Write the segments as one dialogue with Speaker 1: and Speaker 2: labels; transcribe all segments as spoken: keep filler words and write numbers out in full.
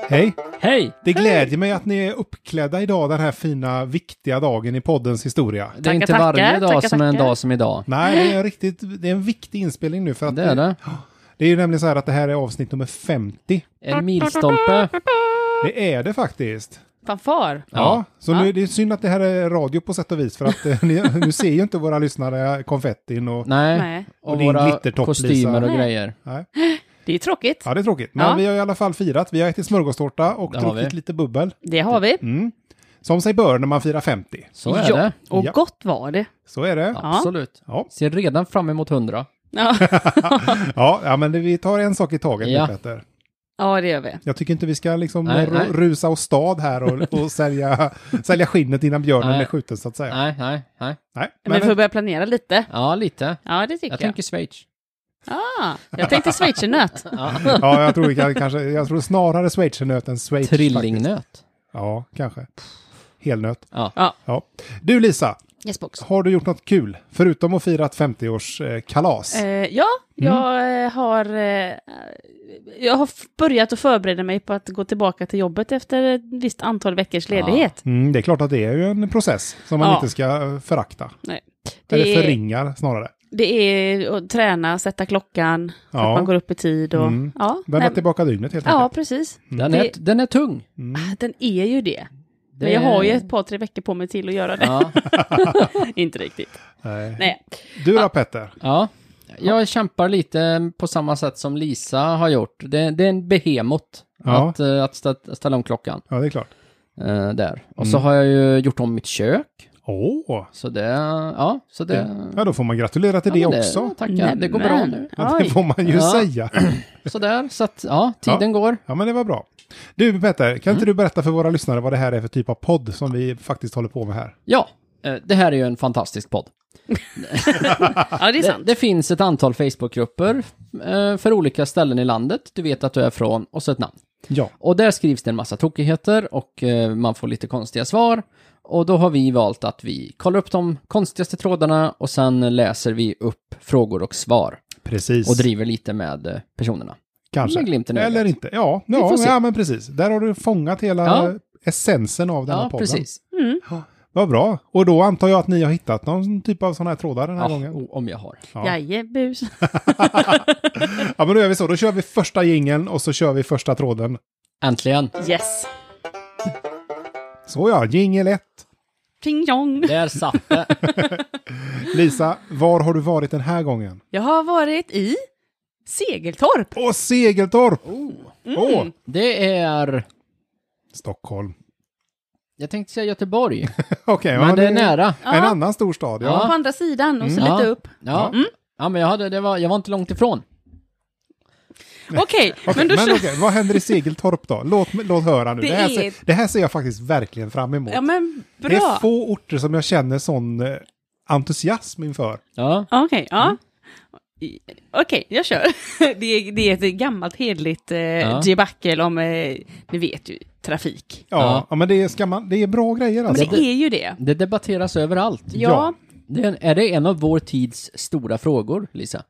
Speaker 1: Hej!
Speaker 2: Hej!
Speaker 1: Det glädjer mig att ni är uppklädda idag den här fina, viktiga dagen i poddens historia.
Speaker 2: Det är
Speaker 3: Tackar,
Speaker 2: inte varje
Speaker 3: tackar,
Speaker 2: dag
Speaker 3: tackar,
Speaker 2: som är en
Speaker 3: tackar.
Speaker 2: dag som idag.
Speaker 1: Nej, det är, en riktigt, det är en viktig inspelning nu för att
Speaker 2: Det är det.
Speaker 1: det är ju nämligen så här att det här är avsnitt nummer femtio.
Speaker 2: En milstolpe.
Speaker 1: Det är det faktiskt.
Speaker 3: Fanfar.
Speaker 1: Ja,
Speaker 2: Ja.
Speaker 1: så
Speaker 3: Ja.
Speaker 1: Nu, det är synd att det här är radio på sätt och vis för att eh, ni, nu ser ju inte våra lyssnare konfettin och...
Speaker 2: Nej.
Speaker 3: Nej.
Speaker 2: Och,
Speaker 1: Och din
Speaker 2: våra
Speaker 1: glittertopp,
Speaker 2: kostymer
Speaker 1: Lisa.
Speaker 2: och
Speaker 3: Nej.
Speaker 2: grejer.
Speaker 1: Nej.
Speaker 3: Det är tråkigt.
Speaker 1: Ja, det är tråkigt. Men
Speaker 3: Ja.
Speaker 1: vi har i alla fall firat. Vi har ätit smörgåstårta och
Speaker 2: Det har
Speaker 1: druckit
Speaker 2: vi.
Speaker 1: lite bubbel.
Speaker 3: Det har vi.
Speaker 1: Mm. Som sig bör när man firar femtio.
Speaker 2: Så är
Speaker 3: ja.
Speaker 2: det.
Speaker 3: Och
Speaker 1: Ja.
Speaker 3: gott var det.
Speaker 1: Så är det.
Speaker 3: Ja.
Speaker 2: Absolut.
Speaker 1: Ja,
Speaker 2: Ser redan fram emot hundra.
Speaker 3: Ja,
Speaker 1: ja, ja men det, vi tar en sak i taget
Speaker 2: Ja.
Speaker 1: nu, Petter.
Speaker 3: ja det gör vi.
Speaker 1: Jag tycker inte vi ska liksom
Speaker 2: Nej,
Speaker 1: ru-
Speaker 2: nej.
Speaker 1: rusa och stad här och, och sälja, sälja skinnet innan björnen
Speaker 2: Nej.
Speaker 1: är skjuten så att säga.
Speaker 2: Nej, nej, nej.
Speaker 1: Nej,
Speaker 3: Men vi får börja planera lite.
Speaker 2: Ja, lite.
Speaker 3: Ja, det tycker
Speaker 2: Jag
Speaker 3: jag.
Speaker 2: tänker Schweiz.
Speaker 3: Ah, jag tänkte schweizernöt.
Speaker 2: Ja.
Speaker 1: ja, jag tror vi kan, kanske, jag tror snarare schweizernöt än Schweiz. faktiskt.
Speaker 2: Trillingnöt.
Speaker 1: Ja, kanske. Helnöt.
Speaker 2: Ja.
Speaker 3: Ja,
Speaker 1: Ja. Du Lisa,
Speaker 3: yes box.
Speaker 1: har du gjort något kul? Förutom att fira ett femtio-årskalas.
Speaker 3: Eh, ja, jag eh, har eh, jag har f- börjat att förbereda mig på att gå tillbaka till jobbet efter ett visst antal veckors ledighet.
Speaker 1: Mm, det är klart att det är ju en process som man
Speaker 3: Ja.
Speaker 1: inte ska eh, förakta.
Speaker 3: Nej. Det
Speaker 1: Eller
Speaker 3: är-
Speaker 1: förringar snarare.
Speaker 3: Det är att träna, sätta klockan, så
Speaker 1: Ja.
Speaker 3: att man går upp i tid och
Speaker 1: Mm.
Speaker 3: ja,
Speaker 1: Vända
Speaker 3: nej,
Speaker 1: tillbaka dygnet helt
Speaker 3: ja,
Speaker 1: enkelt.
Speaker 3: precis.
Speaker 2: Den,
Speaker 3: Det-
Speaker 2: är, den är tung.
Speaker 1: Mm.
Speaker 3: Den är ju det.
Speaker 2: Det
Speaker 3: Men jag
Speaker 2: är-
Speaker 3: har ju ett par, tre veckor på mig till att göra det.
Speaker 2: Ja.
Speaker 3: Inte riktigt.
Speaker 1: Nej.
Speaker 3: Nej.
Speaker 1: Du då Petter?
Speaker 2: Ja. Jag kämpar lite på samma sätt som Lisa har gjort. Det, det är en behemot
Speaker 1: Ja.
Speaker 2: att, eh, att stä- ställa om klockan.
Speaker 1: Ja, det är klart.
Speaker 2: eh, där. Och
Speaker 1: Mm.
Speaker 2: så har jag ju gjort om mitt kök.
Speaker 1: Åh!
Speaker 2: Så det, ja, så det...
Speaker 1: Ja, då får man gratulera till
Speaker 2: ja,
Speaker 1: det
Speaker 2: men
Speaker 1: också.
Speaker 2: Tackar, det går bra
Speaker 3: Nämen.
Speaker 2: nu.
Speaker 1: Ja, det
Speaker 3: Oj.
Speaker 1: får man ju
Speaker 2: Ja.
Speaker 1: säga.
Speaker 2: Så där, så att ja, tiden går.
Speaker 1: Ja, men det var bra. Du Petter, kan
Speaker 2: Mm.
Speaker 1: inte du berätta för våra lyssnare vad det här är för typ av podd som vi faktiskt håller på med här?
Speaker 2: Ja, eh, det här är ju en fantastisk podd.
Speaker 3: Ja, det är
Speaker 2: Det,
Speaker 3: sant.
Speaker 2: det finns ett antal Facebookgrupper eh, för olika ställen i landet. Du vet att du är från och så ett namn.
Speaker 1: Ja.
Speaker 2: Och där skrivs det en massa tokigheter och eh, man får lite konstiga svar. Och då har vi valt att vi kollar upp de konstigaste trådarna och sen läser vi upp frågor och svar.
Speaker 1: Precis.
Speaker 2: Och driver lite med eh, personerna.
Speaker 1: Kanske.
Speaker 2: med glimten i ögat.
Speaker 1: Eller inte. Ja,
Speaker 2: Vi
Speaker 1: ja,
Speaker 2: får se.
Speaker 1: ja, men precis. Där har du fångat hela
Speaker 2: Ja.
Speaker 1: essensen av den här
Speaker 2: Ja,
Speaker 1: podden.
Speaker 2: precis.
Speaker 3: Mm.
Speaker 1: Vad bra. Och då antar jag att ni har hittat någon typ av sådana här trådar den här
Speaker 2: Ja,
Speaker 1: gången.
Speaker 2: o- om jag har.
Speaker 1: Ja.
Speaker 3: Jajebus.
Speaker 1: Ja, men då gör vi så. Då kör vi första jingeln och så kör vi första tråden.
Speaker 2: Äntligen.
Speaker 3: Yes.
Speaker 1: Så ja, jingel ett.
Speaker 3: Pling jong.
Speaker 2: Där satt det.
Speaker 1: Lisa, var har du varit den här gången?
Speaker 3: Jag har varit i Segeltorp.
Speaker 1: Åh, Segeltorp!
Speaker 2: Oh.
Speaker 1: Åh,
Speaker 2: Det är...
Speaker 1: Stockholm.
Speaker 2: Jag tänkte säga Göteborg.
Speaker 1: Okej,
Speaker 2: Men
Speaker 1: ja,
Speaker 2: det är nära.
Speaker 1: En
Speaker 3: Ja.
Speaker 1: annan stor stad, ja.
Speaker 2: Ja.
Speaker 3: På andra sidan och så
Speaker 2: Mm.
Speaker 3: lite
Speaker 2: Ja.
Speaker 3: upp.
Speaker 2: Ja,
Speaker 3: Mm.
Speaker 2: ja men jag, hade, det var, jag var inte långt ifrån.
Speaker 3: Okej,
Speaker 1: Okej,
Speaker 3: men då
Speaker 1: men
Speaker 3: kör...
Speaker 1: okej, vad händer i Segeltorp då? Låt, låt höra nu. Det,
Speaker 3: Det
Speaker 1: här,
Speaker 3: är-
Speaker 1: ser, det här ser jag faktiskt verkligen fram emot.
Speaker 3: Ja, men
Speaker 1: Det är
Speaker 3: bra.
Speaker 1: få orter som jag känner sån eh, entusiasm inför.
Speaker 2: Ja.
Speaker 3: Okej, ja. I- Okej, jag kör. Det är, det är ett gammalt hedligt eh,
Speaker 2: Ja.
Speaker 3: debackel om, eh, ni vet ju, trafik.
Speaker 1: Ja,
Speaker 2: Ja.
Speaker 1: ja. men det är, ska man, det är bra grejer
Speaker 3: Men
Speaker 1: alltså.
Speaker 3: det är ju det.
Speaker 2: Det debatteras överallt.
Speaker 3: Ja,
Speaker 1: Ja.
Speaker 2: Det är, är det en av vår tids stora frågor, Lisa?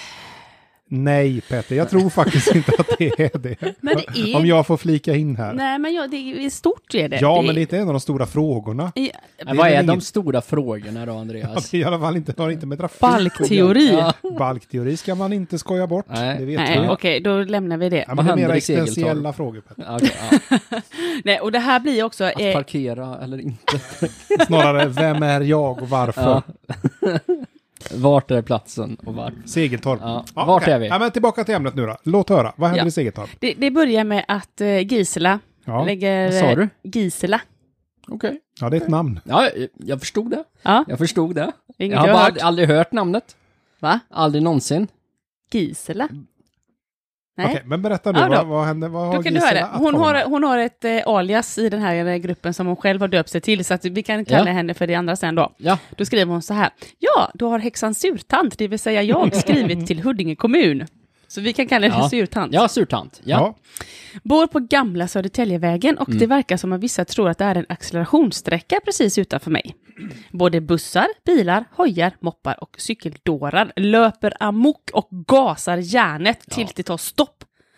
Speaker 1: Nej, Peter, jag tror faktiskt inte att det är det.
Speaker 3: Men det är-
Speaker 1: Om jag får flika in här.
Speaker 3: nej men ja, det är stort är det.
Speaker 1: Ja,
Speaker 3: det
Speaker 1: men det är inte en av de stora frågorna.
Speaker 3: är,
Speaker 2: Men vad
Speaker 1: väl
Speaker 2: är
Speaker 1: ingen-
Speaker 2: de stora frågorna då, Andreas?
Speaker 1: Det är i alla fall inte, har inte med trafik.
Speaker 3: balkteori.
Speaker 2: Ja.
Speaker 1: Balkteori ska man inte skoja bort.
Speaker 2: Nej.
Speaker 1: Det vet
Speaker 3: Nej,
Speaker 1: vi.
Speaker 3: okej, då lämnar vi det.
Speaker 1: Ja,
Speaker 2: Vad
Speaker 1: men det är
Speaker 2: händer
Speaker 1: mera
Speaker 2: i Segeltorp?
Speaker 1: existentiella frågor, Peter.
Speaker 2: Ja, okej, ja.
Speaker 3: Nej, och det här blir också...
Speaker 2: Att
Speaker 3: Eh,
Speaker 2: parkera eller inte.
Speaker 1: Snarare, vem är jag och varför?
Speaker 2: Ja. Vart är platsen och varför?
Speaker 1: Segeltorp.
Speaker 2: Ja, vart
Speaker 1: okej.
Speaker 2: är vi?
Speaker 1: Ja, men tillbaka till ämnet nu då. Låt höra. Vad händer
Speaker 3: Ja.
Speaker 1: i Segeltorp?
Speaker 3: det, det börjar med att eh, Gisela
Speaker 1: Ja.
Speaker 3: lägger...
Speaker 2: Vad sa du?
Speaker 3: eh, Gisela.
Speaker 2: Okej.
Speaker 1: ja, det är ett namn.
Speaker 2: Ja, jag förstod det.
Speaker 3: Ja,
Speaker 2: Jag förstod det.
Speaker 3: inget
Speaker 2: Jag har
Speaker 3: jag
Speaker 2: bara
Speaker 3: har
Speaker 2: aldrig, aldrig hört namnet.
Speaker 3: Va?
Speaker 2: Aldrig någonsin.
Speaker 3: Gisela? Nej.
Speaker 1: Okej, men berätta nu.
Speaker 3: Ja, då.
Speaker 1: vad, vad händer? Vad har
Speaker 3: Då kan du
Speaker 1: Gisela
Speaker 3: höra.
Speaker 1: att
Speaker 3: Hon
Speaker 1: komma
Speaker 3: har,
Speaker 1: med?
Speaker 3: hon har ett eh, alias i den här eh, gruppen som hon själv har döpt sig till, så att vi kan kalla
Speaker 2: Ja.
Speaker 3: henne för det andra sen då.
Speaker 2: Ja.
Speaker 3: Då skriver hon så här. Ja, då har häxan Surtant, det vill säga jag, skrivit till Huddinge kommun. Så vi kan kalla henne
Speaker 2: Ja.
Speaker 3: för Surtant.
Speaker 2: Ja, surtant. Ja.
Speaker 1: Ja.
Speaker 3: Bor på gamla Södertäljevägen och
Speaker 2: Mm.
Speaker 3: det verkar som att vissa tror att det är en accelerationssträcka precis utanför mig. Både bussar, bilar, hojar, moppar och cykeldårar löper amok och gasar järnet tills det tar stopp.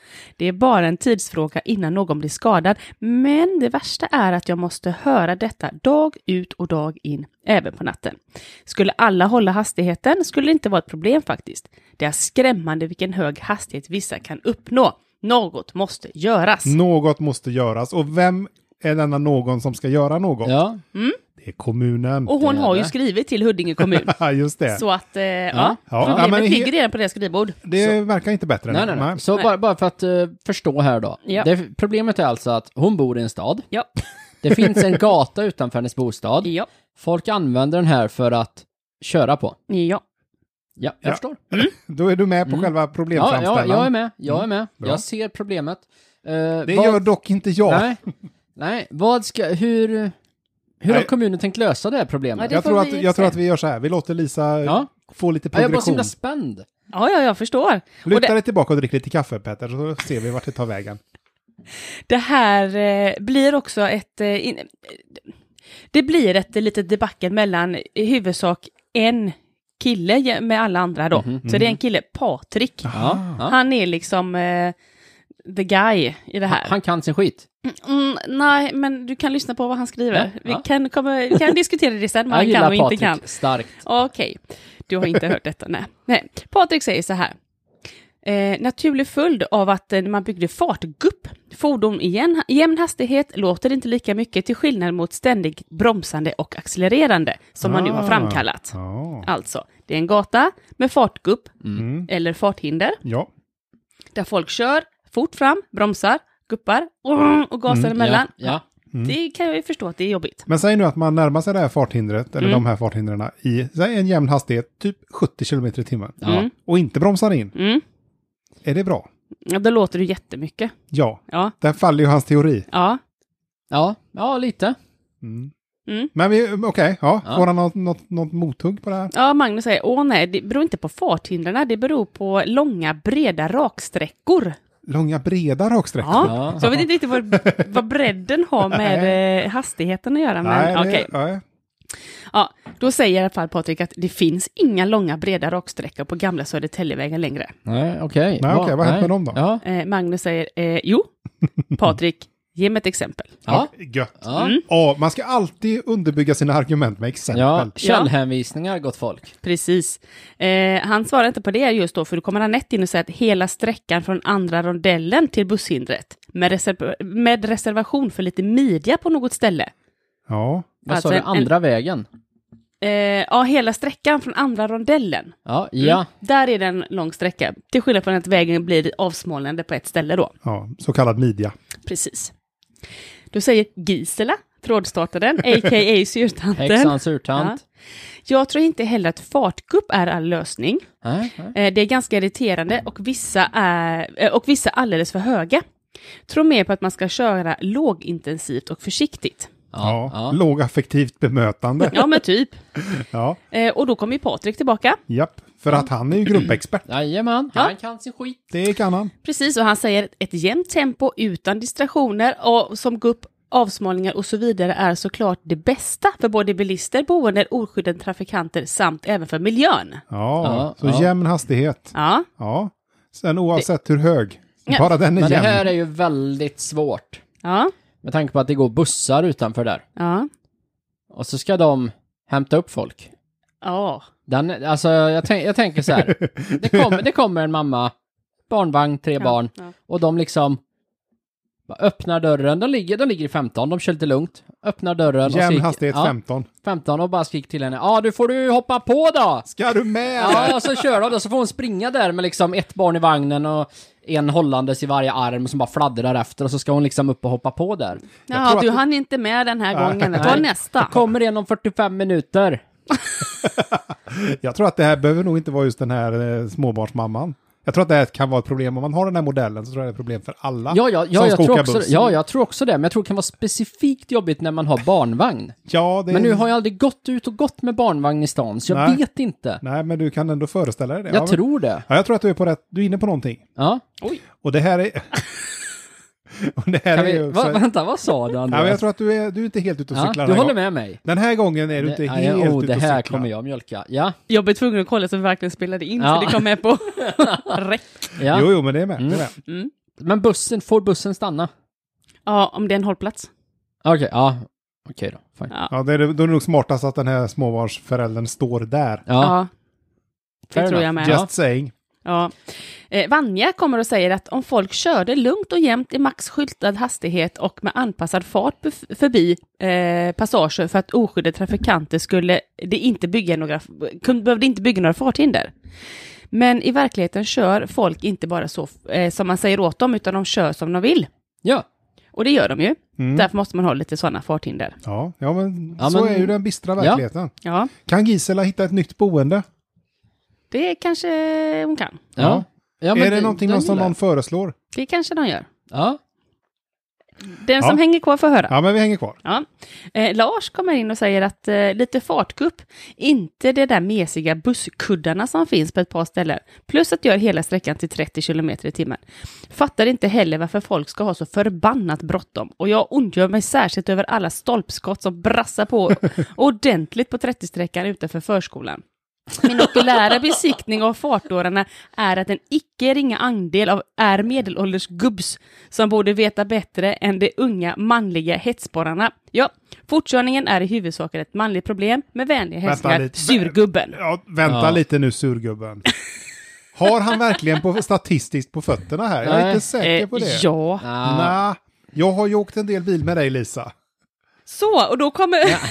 Speaker 3: Det är bara en tidsfråga innan någon blir skadad. Men det värsta är att jag måste höra detta dag ut och dag in, även på natten. Skulle alla hålla hastigheten skulle det inte vara ett problem faktiskt. Det är skrämmande vilken hög hastighet vissa kan uppnå. Något måste göras.
Speaker 1: Något måste göras. Och vem är denna någon som ska göra något?
Speaker 2: Ja.
Speaker 3: Mm.
Speaker 1: Det är kommunen.
Speaker 3: Och hon
Speaker 2: Det är
Speaker 3: har ju
Speaker 2: det.
Speaker 3: skrivit till Huddinge kommun.
Speaker 1: Ja, just det.
Speaker 3: Så att, eh, ja.
Speaker 2: Ja.
Speaker 1: Ja,
Speaker 3: Problemet
Speaker 1: ja, men he-
Speaker 3: ligger redan på deras skrivbord.
Speaker 1: Det verkar inte bättre.
Speaker 2: Nej,
Speaker 1: nu.
Speaker 2: nej, nej. Så
Speaker 3: Nej.
Speaker 2: Bara, bara för att uh, förstå här då.
Speaker 3: Ja.
Speaker 2: Det, problemet är alltså att hon bor i en stad.
Speaker 3: Ja.
Speaker 2: Det finns en gata utanför hennes bostad.
Speaker 3: Ja.
Speaker 2: Folk använder den här för att köra på.
Speaker 3: Ja.
Speaker 2: Ja, jag
Speaker 1: Ja.
Speaker 2: förstår.
Speaker 1: Då är du med på
Speaker 2: Mm.
Speaker 1: själva
Speaker 2: Ja,
Speaker 1: problemframställan.
Speaker 2: ja, jag är med. Jag är
Speaker 1: Mm.
Speaker 2: med.
Speaker 1: Bra.
Speaker 2: Jag ser problemet. Uh,
Speaker 1: Det
Speaker 2: vad,
Speaker 1: gör dock inte jag.
Speaker 2: Nej, nej. Vad ska, hur, hur har
Speaker 1: Nej.
Speaker 2: kommunen tänkt lösa det här problemet?
Speaker 3: Ja, det
Speaker 1: Jag,
Speaker 3: får
Speaker 1: tror
Speaker 3: vi
Speaker 1: att, jag tror
Speaker 3: se.
Speaker 1: att vi gör så här. Vi låter Lisa
Speaker 2: Ja.
Speaker 1: få lite
Speaker 2: Ja, jag var så
Speaker 1: progression.
Speaker 2: himla spänd.
Speaker 3: Ja, ja, jag förstår. Och
Speaker 1: Luta
Speaker 3: det,
Speaker 1: dig tillbaka och drick lite kaffe, Peter, så ser vi vart det tar vägen.
Speaker 3: det här eh, blir också ett... Eh, in, det blir ett eh, litet debacle mellan i huvudsak en kille med alla andra då.
Speaker 2: Mhm.
Speaker 3: Så det är en kille, Patrik.
Speaker 2: Ja, ja.
Speaker 3: Han är liksom eh, the guy i det här.
Speaker 2: Han kan sin skit.
Speaker 3: Mm, nej, men du kan lyssna på vad han skriver.
Speaker 2: Ja,
Speaker 3: Vi
Speaker 2: ja.
Speaker 3: kan, komma, vi kan diskutera det sen, vad
Speaker 2: Jag
Speaker 3: han kan
Speaker 2: gillar
Speaker 3: och inte
Speaker 2: Patrik
Speaker 3: kan.
Speaker 2: starkt.
Speaker 3: Okej, du har inte hört detta, nej. nej. Patrik säger så här. Eh, naturlig följd av att eh, man byggde fartgupp, fordon i jämn, jämn hastighet, låter inte lika mycket till skillnad mot ständigt bromsande och accelererande som man nu har
Speaker 1: Ah.
Speaker 3: framkallat.
Speaker 1: Ja.
Speaker 3: Alltså, det är en gata med fartgupp
Speaker 1: Mm.
Speaker 3: eller farthinder
Speaker 1: Ja.
Speaker 3: där folk kör fort fram, bromsar, guppar och gasar
Speaker 1: Mm,
Speaker 3: emellan.
Speaker 2: Ja, ja.
Speaker 1: Mm.
Speaker 3: Det kan jag ju förstå att det är jobbigt.
Speaker 1: Men säg nu att man närmar sig det här farthindret, eller
Speaker 3: Mm.
Speaker 1: de här farthindren i säg en jämn hastighet, typ sjuttio kilometer i timmen.
Speaker 2: Ja.
Speaker 3: Mm.
Speaker 1: Och inte bromsar in.
Speaker 3: Mm.
Speaker 1: Är det bra?
Speaker 3: Ja, då låter det jättemycket.
Speaker 1: Ja.
Speaker 3: Ja,
Speaker 1: Där faller ju hans teori.
Speaker 3: ja.
Speaker 2: Ja, ja, lite.
Speaker 1: Mm.
Speaker 3: Mm.
Speaker 1: Men vi, okej, ja.
Speaker 2: Ja.
Speaker 1: Får han något, något, något mothugg på det här?
Speaker 3: Ja, Magnus säger, åh nej, det beror inte på farthindren, det beror på långa, breda raksträckor.
Speaker 1: Långa, breda raksträckor?
Speaker 3: Ja,
Speaker 2: Ja.
Speaker 3: så jag vet inte riktigt vad, vad bredden har med eh, hastigheten att göra, men
Speaker 1: Nej, det,
Speaker 3: okej.
Speaker 1: nej.
Speaker 3: Ja, då säger i alla fall Patrik att det finns inga långa, breda raksträckor på gamla Södertäljevägen längre.
Speaker 2: Nej, okej.
Speaker 1: Nej,
Speaker 2: Va-
Speaker 1: okej, vad har hänt med dem då?
Speaker 2: Ja,
Speaker 3: Eh, Magnus säger, eh, jo, Patrik, ge mig ett exempel.
Speaker 2: ja.
Speaker 1: Ja, gött.
Speaker 2: Ja.
Speaker 3: Mm.
Speaker 1: Ja, man ska alltid underbygga sina argument med exempel.
Speaker 2: Ja, källhänvisningar, gott folk.
Speaker 3: Precis. Eh, han svarar inte på det just då, för då kommer Anette in och säger att hela sträckan från andra rondellen till busshindret med, reserv- med reservation för lite midja på något ställe.
Speaker 1: Ja.
Speaker 2: Vad
Speaker 3: Alltså
Speaker 2: sa du?
Speaker 3: en-
Speaker 2: Andra vägen?
Speaker 3: Eh, ja, hela sträckan från andra rondellen.
Speaker 2: Ja, ja.
Speaker 3: Mm. Där är det en lång sträcka. Till skillnad från att vägen blir avsmalnande på ett ställe då.
Speaker 1: ja, så kallad midja.
Speaker 3: Precis. Då säger Gisela, trådstartaren, a k a syrtanten.
Speaker 2: Häxans surtant.
Speaker 3: Jag tror inte heller att fartgupp är all lösning.
Speaker 2: Nej, nej.
Speaker 3: Eh, Det är ganska irriterande och vissa är eh, och vissa alldeles för höga. Tror mer på att man ska köra lågintensivt och försiktigt.
Speaker 1: Ja,
Speaker 2: Ja, ja.
Speaker 1: lågaffektivt bemötande.
Speaker 3: Ja, men typ.
Speaker 1: Ja,
Speaker 3: Eh, Och då kommer ju Patrik tillbaka.
Speaker 1: japp. För att han är ju gruppexpert.
Speaker 2: Jajamän,
Speaker 3: Ja.
Speaker 2: han kan sin skit.
Speaker 1: Det kan han.
Speaker 3: Precis, och han säger ett jämnt tempo utan distraktioner och som gupp, avsmalningar och så vidare är såklart det bästa för både bilister, boende, oskyddade trafikanter samt även för miljön.
Speaker 1: Ja,
Speaker 2: Ja,
Speaker 1: så
Speaker 2: ja.
Speaker 1: jämn hastighet.
Speaker 3: Ja,
Speaker 1: Ja. Sen oavsett hur hög.
Speaker 3: Ja.
Speaker 1: Bara den är
Speaker 2: Men det
Speaker 1: jämn.
Speaker 2: här är ju väldigt svårt.
Speaker 3: ja,
Speaker 2: Med tanke på att det går bussar utanför där.
Speaker 3: ja,
Speaker 2: Och så ska de hämta upp folk.
Speaker 3: ja.
Speaker 2: Den, alltså jag, tänk, jag tänker så här. Det, kom, det kommer en mamma, barnvagn, tre
Speaker 3: Ja,
Speaker 2: barn.
Speaker 3: ja.
Speaker 2: Och de liksom bara öppnar dörren. De ligger, de ligger i femton, de kör lite lugnt. Öppnar dörren och
Speaker 1: Jämn
Speaker 2: skriker-
Speaker 1: hastighet
Speaker 2: ja,
Speaker 1: femton.
Speaker 2: femton och bara skriker till henne. Ja, du får du hoppa på då!
Speaker 1: Ska du med?
Speaker 2: Ja, och så kör de och så får hon springa där med liksom ett barn i vagnen och en hållandes i varje arm som bara fladdrar efter och så ska hon liksom upp och hoppa på där.
Speaker 1: tror
Speaker 3: Ja,
Speaker 1: att
Speaker 3: du
Speaker 1: det-
Speaker 3: hann inte med den här
Speaker 1: Nej.
Speaker 3: gången. Ta
Speaker 2: Nej.
Speaker 3: nästa.
Speaker 2: Kommer en om fyrtiofem minuter.
Speaker 1: Jag tror att det här behöver nog inte vara just den här eh, småbarnsmamman. Jag tror att det här kan vara ett problem. Om man har den här modellen så tror jag det är ett problem för alla
Speaker 2: Ja, ja,
Speaker 1: som
Speaker 2: ja,
Speaker 1: ska
Speaker 2: jag tror
Speaker 1: åka
Speaker 2: också,
Speaker 1: buss.
Speaker 2: ja, jag tror också det. Men jag tror det kan vara specifikt jobbigt när man har barnvagn.
Speaker 1: Ja, det är...
Speaker 2: Men nu har jag aldrig gått ut och gått med barnvagn i stan, så jag
Speaker 1: Nej.
Speaker 2: vet inte.
Speaker 1: Nej, men du kan ändå föreställa dig det.
Speaker 2: Jag
Speaker 1: ja, men...
Speaker 2: tror det.
Speaker 1: Ja, jag tror att du är på rätt... Du är inne på någonting.
Speaker 2: Ja.
Speaker 1: Och det här är... Och det här
Speaker 2: Kan
Speaker 1: är
Speaker 2: vi,
Speaker 1: ju...
Speaker 2: va,
Speaker 1: så...
Speaker 2: vänta, vad sa du,
Speaker 1: Ja,
Speaker 2: Andreas?
Speaker 1: men jag tror att du är, du är inte helt ute och
Speaker 2: Ja,
Speaker 1: cyklar
Speaker 2: du
Speaker 1: den här
Speaker 2: håller
Speaker 1: gången.
Speaker 2: med mig.
Speaker 1: Den här gången är du
Speaker 2: Det,
Speaker 1: inte
Speaker 2: ja,
Speaker 1: helt
Speaker 2: oh,
Speaker 1: ute
Speaker 2: det
Speaker 1: och
Speaker 2: här
Speaker 1: cyklar.
Speaker 2: kommer jag mjölka. Ja,
Speaker 3: Jag blev tvungen att kolla så vi verkligen spelade in,
Speaker 2: Ja.
Speaker 3: så det kom med på rätt.
Speaker 2: ja.
Speaker 1: Jo, jo, men det är med.
Speaker 2: Mm.
Speaker 1: Det är med.
Speaker 3: Mm.
Speaker 2: Men bussen, får bussen stanna?
Speaker 3: Ja, om det är en hållplats.
Speaker 2: Okej, okay, ja. Okej okay då. Fine.
Speaker 3: Ja,
Speaker 1: Ja, det är, då är det nog smartast att den här småbarnsföräldern står där.
Speaker 2: Ja,
Speaker 3: ja det
Speaker 2: Fair
Speaker 3: tror
Speaker 2: enough.
Speaker 3: jag med.
Speaker 1: Just
Speaker 2: Ja.
Speaker 1: saying.
Speaker 3: Ja. Eh, Vanja kommer och säger att om folk körde lugnt och jämnt i max skyltad hastighet och med anpassad fart bef- förbi eh, passager för att oskyddade trafikanter skulle det inte bygga några, kunde, behövde inte bygga några farthinder. Men i verkligheten kör folk inte bara så eh, som man säger åt dem, utan de kör som de vill.
Speaker 2: ja.
Speaker 3: Och det gör de ju.
Speaker 1: Mm.
Speaker 3: Därför måste man ha lite sådana farthinder.
Speaker 1: Ja, ja, men
Speaker 2: Ja,
Speaker 1: så
Speaker 2: men-
Speaker 1: är ju den bistra verkligheten.
Speaker 3: Ja,
Speaker 1: Kan Gisela hitta ett nytt boende?
Speaker 3: det kanske hon kan.
Speaker 2: Ja. Ja, men
Speaker 1: är det någonting
Speaker 2: den
Speaker 1: som
Speaker 2: gillar
Speaker 1: någon föreslår?
Speaker 3: Det kanske de gör.
Speaker 2: jag. Ja.
Speaker 3: Den som
Speaker 1: Ja.
Speaker 3: hänger kvar får höra.
Speaker 1: Ja, men vi hänger kvar.
Speaker 3: Ja. Eh, Lars kommer in och säger att eh, lite fartkupp, inte det där mesiga busskuddarna som finns på ett par ställen. Plus att gör hela sträckan till trettio kilometer i timmen. Fattar inte heller varför folk ska ha så förbannat bråttom. Och jag ondgör mig särskilt över alla stolpskott som brassar på ordentligt på trettio-sträckan utanför förskolan. Min okulära besiktning av fartårarna är att en icke ringa andel av är medelålders gubbs som borde veta bättre än de unga manliga hetsborrarna. Ja, fortkörningen är i huvudsak ett manligt problem med vänliga hälsningar,
Speaker 1: lite.
Speaker 3: surgubben.
Speaker 1: Ja, vänta
Speaker 2: Ja.
Speaker 1: lite nu, surgubben. Har han verkligen på, statistiskt på fötterna här? Jag är
Speaker 2: Nej.
Speaker 1: inte säker på det.
Speaker 3: ja,
Speaker 2: Ja.
Speaker 1: Nej, jag har ju åkt en del bil med dig, Lisa.
Speaker 3: så, och då kommer...
Speaker 2: Ja.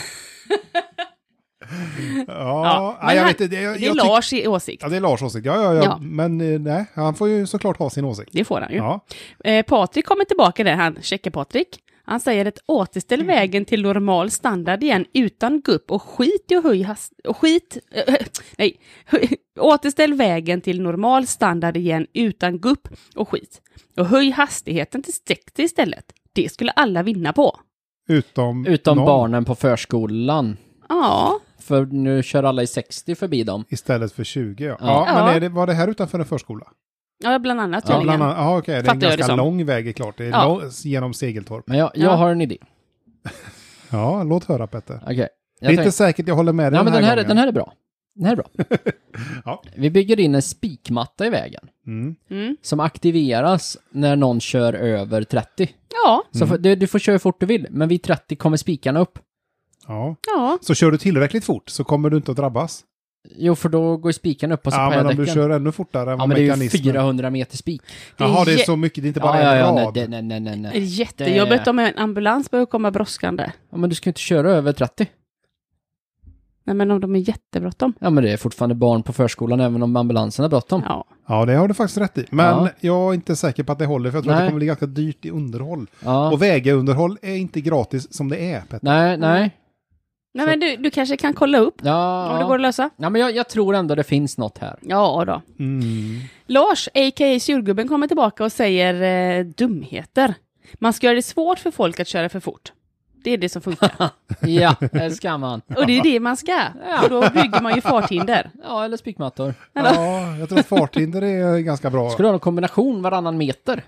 Speaker 1: Ja,
Speaker 3: men
Speaker 1: nej, jag
Speaker 3: han-
Speaker 1: vet inte. Jag,
Speaker 3: det är
Speaker 1: jag tyck-
Speaker 3: Lars i åsikt.
Speaker 1: Ja, det är Lars åsikt. Ja, ja, ja.
Speaker 3: Ja.
Speaker 1: Men eh, nej, han får ju såklart ha sin åsikt.
Speaker 3: Det får han ju.
Speaker 1: Ja.
Speaker 3: Eh, Patrik kommer tillbaka där, han checkar Patrik. Han säger att återställ vägen till normal standard igen utan gupp och skit i och höj hast... och skit... eh, nej. Återställ vägen till normal standard igen utan gupp och skit. Och höj hastigheten till sextio istället. Det skulle alla vinna på.
Speaker 1: Utom,
Speaker 2: Utom
Speaker 1: någon
Speaker 2: barnen på förskolan.
Speaker 3: Ja,
Speaker 2: För nu kör alla i sextio förbi dem.
Speaker 1: istället för tjugo. Ja,
Speaker 2: Ja.
Speaker 1: ja,
Speaker 3: Ja.
Speaker 1: men är det, var det här utanför en förskola?
Speaker 3: ja bland annat.
Speaker 1: Ja,
Speaker 3: tydligen.
Speaker 1: bland annat. Ja, okej. Det är en
Speaker 3: Fattar jag det
Speaker 1: ganska
Speaker 3: som.
Speaker 1: lång väg, är klart. Det är
Speaker 3: Ja.
Speaker 1: lång, genom Segeltorp.
Speaker 2: Men jag, jag
Speaker 3: Ja.
Speaker 2: har en idé.
Speaker 1: Ja, låt höra, Petter.
Speaker 2: Okej.
Speaker 1: Det är
Speaker 2: Jag
Speaker 1: inte
Speaker 2: tänk-
Speaker 1: säkert jag håller med dig
Speaker 2: Ja, men den här,
Speaker 1: gången.
Speaker 2: den här är bra. Den här är bra.
Speaker 1: Ja.
Speaker 2: Vi bygger in en spikmatta i vägen.
Speaker 1: Mm.
Speaker 3: Mm.
Speaker 2: Som aktiveras när någon kör över trettio.
Speaker 3: Ja,
Speaker 2: Så för, du, du får köra hur fort du vill, men vid trettio kommer spikarna upp.
Speaker 1: Ja.
Speaker 3: ja.
Speaker 1: Så kör du tillräckligt fort så kommer du inte att drabbas.
Speaker 2: Jo, för då går spikarna upp och så
Speaker 1: Ja,
Speaker 2: pajar
Speaker 1: men om du
Speaker 2: däcken.
Speaker 1: kör ännu fortare än
Speaker 2: Ja,
Speaker 1: vad
Speaker 2: men det är ju
Speaker 1: mekanismen...
Speaker 2: fyrahundra meter spik.
Speaker 3: Det är
Speaker 1: Jaha, det är
Speaker 3: jä-
Speaker 1: så mycket. Det är inte bara
Speaker 2: Ja, ja, ja,
Speaker 1: en
Speaker 2: nej,
Speaker 1: rad.
Speaker 2: det- nej, nej, nej,
Speaker 3: Det är
Speaker 2: nej.
Speaker 3: jättejobbigt
Speaker 2: Det-
Speaker 3: om en ambulans börjar komma brådskande.
Speaker 2: Ja, men du ska ju inte köra över trettio.
Speaker 3: Nej, men om de är jättebråttom.
Speaker 2: Ja, men det är fortfarande barn på förskolan även om ambulansen är bråttom.
Speaker 3: Ja.
Speaker 1: Ja, det har du faktiskt rätt i. Men
Speaker 2: Ja.
Speaker 1: jag är inte säker på att det håller, för jag tror att
Speaker 2: Nej.
Speaker 1: det kommer bli ganska dyrt i underhåll.
Speaker 2: Ja.
Speaker 1: Och vägunderhåll är inte gratis som det är, Petter.
Speaker 2: Nej, nej.
Speaker 3: Nej, men du, du kanske kan kolla upp
Speaker 2: Ja,
Speaker 3: om det går att lösa.
Speaker 2: ja men jag, jag tror ändå det finns något här.
Speaker 3: Ja då.
Speaker 1: Mm.
Speaker 3: Lars, a k a surgubben, kommer tillbaka och säger eh, dumheter. Man ska göra det svårt för folk att köra för fort. Det är det som funkar.
Speaker 2: Ja, det ska man.
Speaker 3: Och det är det man ska. Och då bygger man ju farthinder.
Speaker 2: Ja, eller spikmattor.
Speaker 1: Ja, jag tror att farthinder är ganska bra.
Speaker 2: Ska du ha en kombination varannan meter?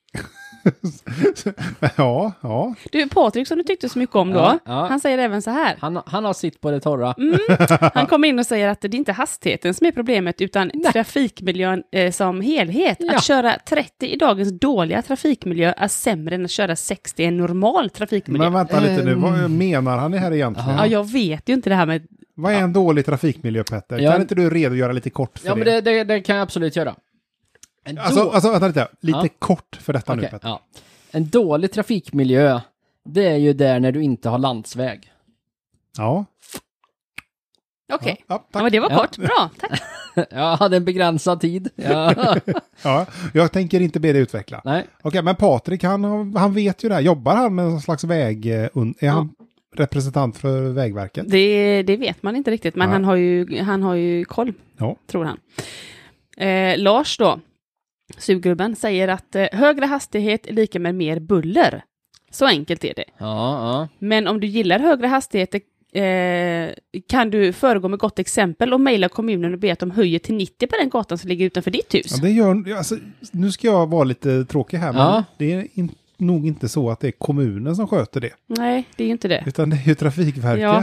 Speaker 1: Ja, ja.
Speaker 3: Du, Patrik som du tyckte så mycket om då,
Speaker 2: Ja, ja.
Speaker 3: han säger även så här.
Speaker 2: Han, han har sitt på det torra.
Speaker 3: Han kommer in och säger att det är inte hastigheten som är problemet utan trafikmiljön eh, som helhet.
Speaker 2: Ja.
Speaker 3: Att köra trettio i dagens dåliga trafikmiljö är sämre än att köra sextio i en normal trafikmiljö.
Speaker 1: Men vänta lite nu,
Speaker 2: Ehm.
Speaker 1: vad menar han här egentligen?
Speaker 3: Ja, jag vet ju inte det här med...
Speaker 1: Vad är en dålig trafikmiljö, Petter?
Speaker 2: Ja.
Speaker 1: Kan inte du redogöra lite kort för
Speaker 2: Ja, men
Speaker 1: det?
Speaker 2: det, det, det kan jag absolut göra. En,
Speaker 1: Alltså,
Speaker 2: då-
Speaker 1: alltså vänta lite, lite
Speaker 2: Ja.
Speaker 1: kort för detta nu,
Speaker 2: Okej,
Speaker 1: Petter.
Speaker 2: ja. En dålig trafikmiljö, det är ju där när du inte har landsväg.
Speaker 1: Ja.
Speaker 3: Okej.
Speaker 1: Ja,
Speaker 3: Ja,
Speaker 1: tack.
Speaker 3: men det var
Speaker 2: Ja.
Speaker 3: kort. Bra, tack.
Speaker 2: Jag hade en begränsad tid. Ja.
Speaker 1: Ja, jag tänker inte be dig utveckla.
Speaker 2: Nej.
Speaker 1: Okej, men Patrik, han, han vet ju det här. Jobbar han med någon slags väg... eh, un- Är han representant för Vägverket?
Speaker 3: Det, det vet man inte riktigt, men
Speaker 1: Nej.
Speaker 3: han har, ju, han har ju koll,
Speaker 1: Ja.
Speaker 3: tror han. Eh, Lars då, surgubben, säger att eh, högre hastighet är lika med mer buller. Så enkelt är det.
Speaker 2: Ja, ja.
Speaker 3: Men om du gillar högre hastigheter eh, kan du föregå med gott exempel och mejla kommunen och be att de höjer till nittio på den gatan som ligger utanför ditt hus.
Speaker 1: Ja, det gör... Alltså, nu ska jag vara lite tråkig här, men
Speaker 2: Ja.
Speaker 1: det är in, nog inte så att det är kommunen som sköter det.
Speaker 3: Nej, det är ju inte det.
Speaker 1: Utan det är ju Trafikverket.
Speaker 3: Ja.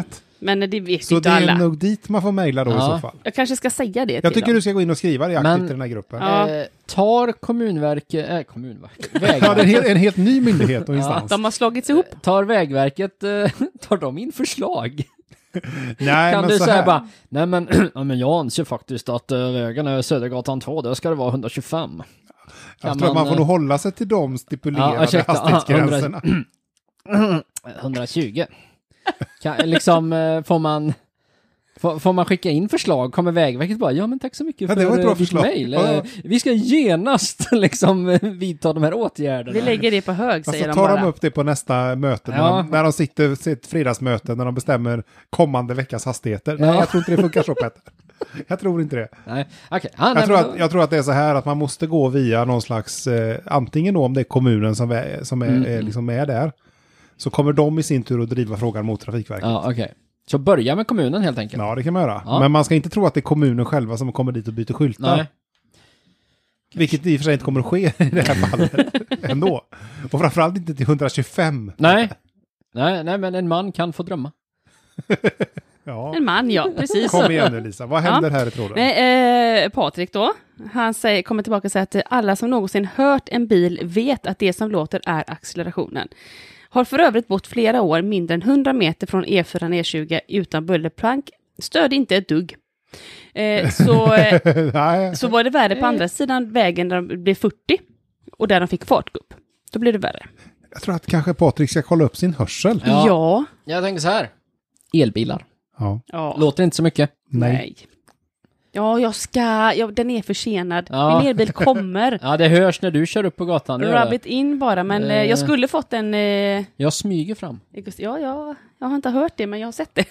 Speaker 3: Men det vet
Speaker 1: Så
Speaker 3: inte
Speaker 1: det är
Speaker 3: alla.
Speaker 1: nog dit man får mejla då
Speaker 2: Ja.
Speaker 1: i så fall.
Speaker 3: Jag kanske ska säga det
Speaker 1: Jag
Speaker 3: till
Speaker 1: tycker
Speaker 3: dem.
Speaker 1: du ska gå in och skriva det aktivt
Speaker 2: Men-
Speaker 1: i den här gruppen.
Speaker 3: Ja.
Speaker 2: Eh, tar kommunverket, äh, kommunverket,
Speaker 1: Ja, det är en,
Speaker 2: vägverket,
Speaker 1: helt, en helt ny myndighet och instans.
Speaker 3: De har slagits ihop.
Speaker 2: tar vägverket, eh, tar de in förslag?
Speaker 1: Nej,
Speaker 2: Kan
Speaker 1: men
Speaker 2: du
Speaker 1: så
Speaker 2: säga
Speaker 1: här.
Speaker 2: bara, nej men, ja, men jag anser faktiskt att äh, vägen är Södergatan två, där ska det vara hundratjugofem.
Speaker 1: Jag
Speaker 2: Kan
Speaker 1: tror att man
Speaker 2: man,
Speaker 1: får nog hålla sig till de stipulerade
Speaker 2: Ja, ursäkta,
Speaker 1: hastighetsgränserna.
Speaker 2: hundratjugo. Kan, liksom, eh, får man... Får, får man skicka in förslag? Kommer Vägverket bara, ja men tack så mycket
Speaker 1: Ja,
Speaker 2: för
Speaker 1: det var ett bra
Speaker 2: eh, ditt
Speaker 1: förslag.
Speaker 2: mejl.
Speaker 1: Ja, ja.
Speaker 2: Eh, Vi ska genast liksom eh, vidta de här åtgärderna.
Speaker 3: Vi lägger det på hög,
Speaker 1: Alltså
Speaker 3: säger de
Speaker 1: tar
Speaker 3: bara.
Speaker 1: de upp det på nästa möte, när,
Speaker 2: Ja.
Speaker 1: de, när de sitter i ett fredagsmöte, när de bestämmer kommande veckas hastigheter. Nej,
Speaker 2: Ja.
Speaker 1: jag tror inte det funkar så, Petter. Jag tror inte det.
Speaker 2: Nej, okej. Ja, nej,
Speaker 1: Jag tror,
Speaker 2: men
Speaker 1: att,
Speaker 2: då-
Speaker 1: jag tror att det är så här att man måste gå via någon slags, eh, antingen då om det är kommunen som är, som är,
Speaker 2: Mm.
Speaker 1: är, liksom är där, så kommer de i sin tur att driva frågan mot Trafikverket. Ja.
Speaker 2: Ja, okej. Så börja med kommunen helt enkelt.
Speaker 1: det kan man göra.
Speaker 2: Ja.
Speaker 1: Men man ska inte tro att det är kommunen själva som kommer dit och byter skyltar.
Speaker 2: Nej.
Speaker 1: Vilket i och för sig inte kommer att ske i det här fallet ändå. Och framförallt inte till hundratjugofem.
Speaker 2: Nej. Nej, nej, men en man kan få drömma.
Speaker 1: Ja.
Speaker 3: En man, ja, precis.
Speaker 1: Kom igen nu, Lisa, vad händer här i tråden?
Speaker 3: Nej, eh, Patrik då, han säger, kommer tillbaka och säger att alla som någonsin hört en bil vet att det som låter är accelerationen. Har för övrigt bott flera år mindre än hundra meter från E fyra E tjugo utan bullerplank. Störde inte ett dugg. Eh, så, eh,
Speaker 1: Nej.
Speaker 3: så var det värre på andra sidan vägen där de blev fyrtio och där de fick fartgupp. Då blev det värre.
Speaker 1: Jag tror att kanske Patrik ska kolla upp sin hörsel.
Speaker 2: Ja.
Speaker 3: Ja.
Speaker 2: Jag tänker så här. Elbilar.
Speaker 1: Ja.
Speaker 3: ja.
Speaker 2: Låter inte så mycket.
Speaker 1: Nej.
Speaker 3: Nej. Ja, jag ska. Ja, den är försenad.
Speaker 2: Ja.
Speaker 3: Min elbil kommer.
Speaker 2: Ja, det hörs när du kör upp på gatan. det gör
Speaker 3: Rub
Speaker 2: det.
Speaker 3: it in bara, men eh,
Speaker 2: Eh.
Speaker 3: jag skulle fått en... Eh,
Speaker 2: Jag smyger fram.
Speaker 3: ja, ja, jag har inte hört det, men jag har sett det.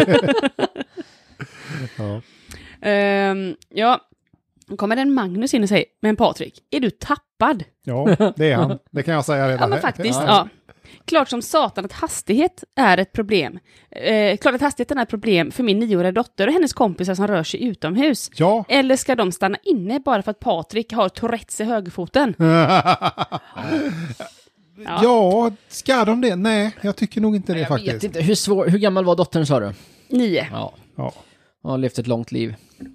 Speaker 1: Ja.
Speaker 3: Ehm, ja, då kommer en Magnus in och säger, men Patrik, är du tappad?
Speaker 1: ja, det är han. Det kan jag säga redan.
Speaker 3: Ja, men
Speaker 1: här.
Speaker 3: faktiskt,
Speaker 2: Ja.
Speaker 3: ja. Klart som satan att hastighet är ett problem. Eh, klart att hastigheten är ett problem för min nioåriga dotter och hennes kompisar som rör sig utomhus.
Speaker 1: Ja.
Speaker 3: Eller ska de stanna inne bara för att Patrik har Tourettes i högerfoten?
Speaker 1: Ja, ska de det? Nej, jag tycker nog inte det
Speaker 2: Jag
Speaker 1: faktiskt.
Speaker 2: vet inte. Hur, svår, hur gammal var dottern sa du?
Speaker 3: Nio.
Speaker 2: Ja.
Speaker 1: Ja.
Speaker 2: Hon har levt ett långt liv.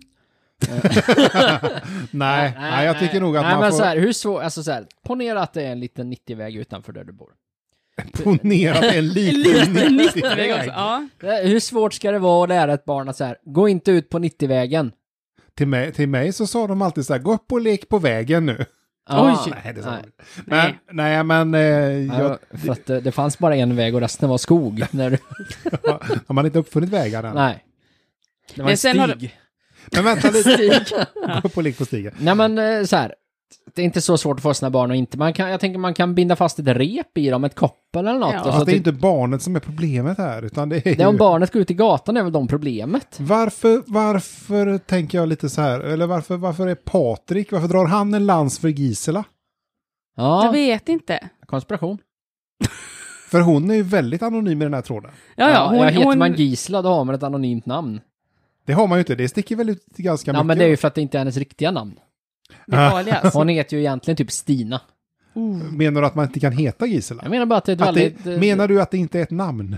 Speaker 1: Nej, nej, jag tycker nog att
Speaker 2: nej,
Speaker 1: man
Speaker 2: men
Speaker 1: får
Speaker 2: så här, hur svår, alltså så här, ponera att det är en liten nittio-väg utanför där du bor.
Speaker 1: ponera att det är en liten
Speaker 3: Liten
Speaker 1: nittio-väg.
Speaker 3: nittio-väg också. Ja.
Speaker 2: Eh, Hur svårt ska det vara att lära ett barn att så här, gå inte ut på nittio-vägen?
Speaker 1: Till mig, till mig så sa de alltid så här, gå upp och lek på vägen nu.
Speaker 2: Ja,
Speaker 1: Nej, det sa
Speaker 2: nej.
Speaker 1: de inte. Men, nej, men eh, jag,
Speaker 2: Ja, för att eh, det fanns bara en väg och resten var skog. När du...
Speaker 1: har man inte uppfunnit vägar än?
Speaker 2: Nej. Det var
Speaker 3: Men
Speaker 2: en
Speaker 3: sen har
Speaker 2: stig.
Speaker 1: Men vänta lite,
Speaker 3: Stig.
Speaker 1: gå upp och lek på stigen.
Speaker 2: Nej men eh, så här. Det är inte så svårt att få sina barn och inte. Man kan, jag tänker man kan binda fast ett rep i dem, ett koppel eller något.
Speaker 3: Ja.
Speaker 2: och så
Speaker 1: Fast det är
Speaker 2: typ-
Speaker 1: inte barnet som är problemet här, utan det är
Speaker 2: det är om
Speaker 1: ju...
Speaker 2: barnet går ut i gatan är väl de problemet.
Speaker 1: Varför, varför tänker jag lite så här, eller varför, varför är Patrik, varför drar han en lans för Gisela?
Speaker 3: Jag
Speaker 2: Ja,
Speaker 3: vet inte.
Speaker 2: konspiration.
Speaker 1: För hon är ju väldigt anonym i den här tråden.
Speaker 3: Ja, ja, hon,
Speaker 2: ja, heter
Speaker 3: hon,
Speaker 2: man Gisela då har man ett anonymt namn.
Speaker 1: Det har man ju inte, det sticker väl ut ganska
Speaker 2: Ja
Speaker 1: mycket.
Speaker 2: men det är ju för att det inte är hennes riktiga namn.
Speaker 3: det är alias.
Speaker 2: Hon heter ju egentligen typ Stina.
Speaker 1: Menar du att man inte kan heta Gisela?
Speaker 2: Jag menar bara att det är ett
Speaker 1: Att
Speaker 2: väldigt...
Speaker 1: det,
Speaker 2: eh,
Speaker 1: menar du att det inte är ett namn?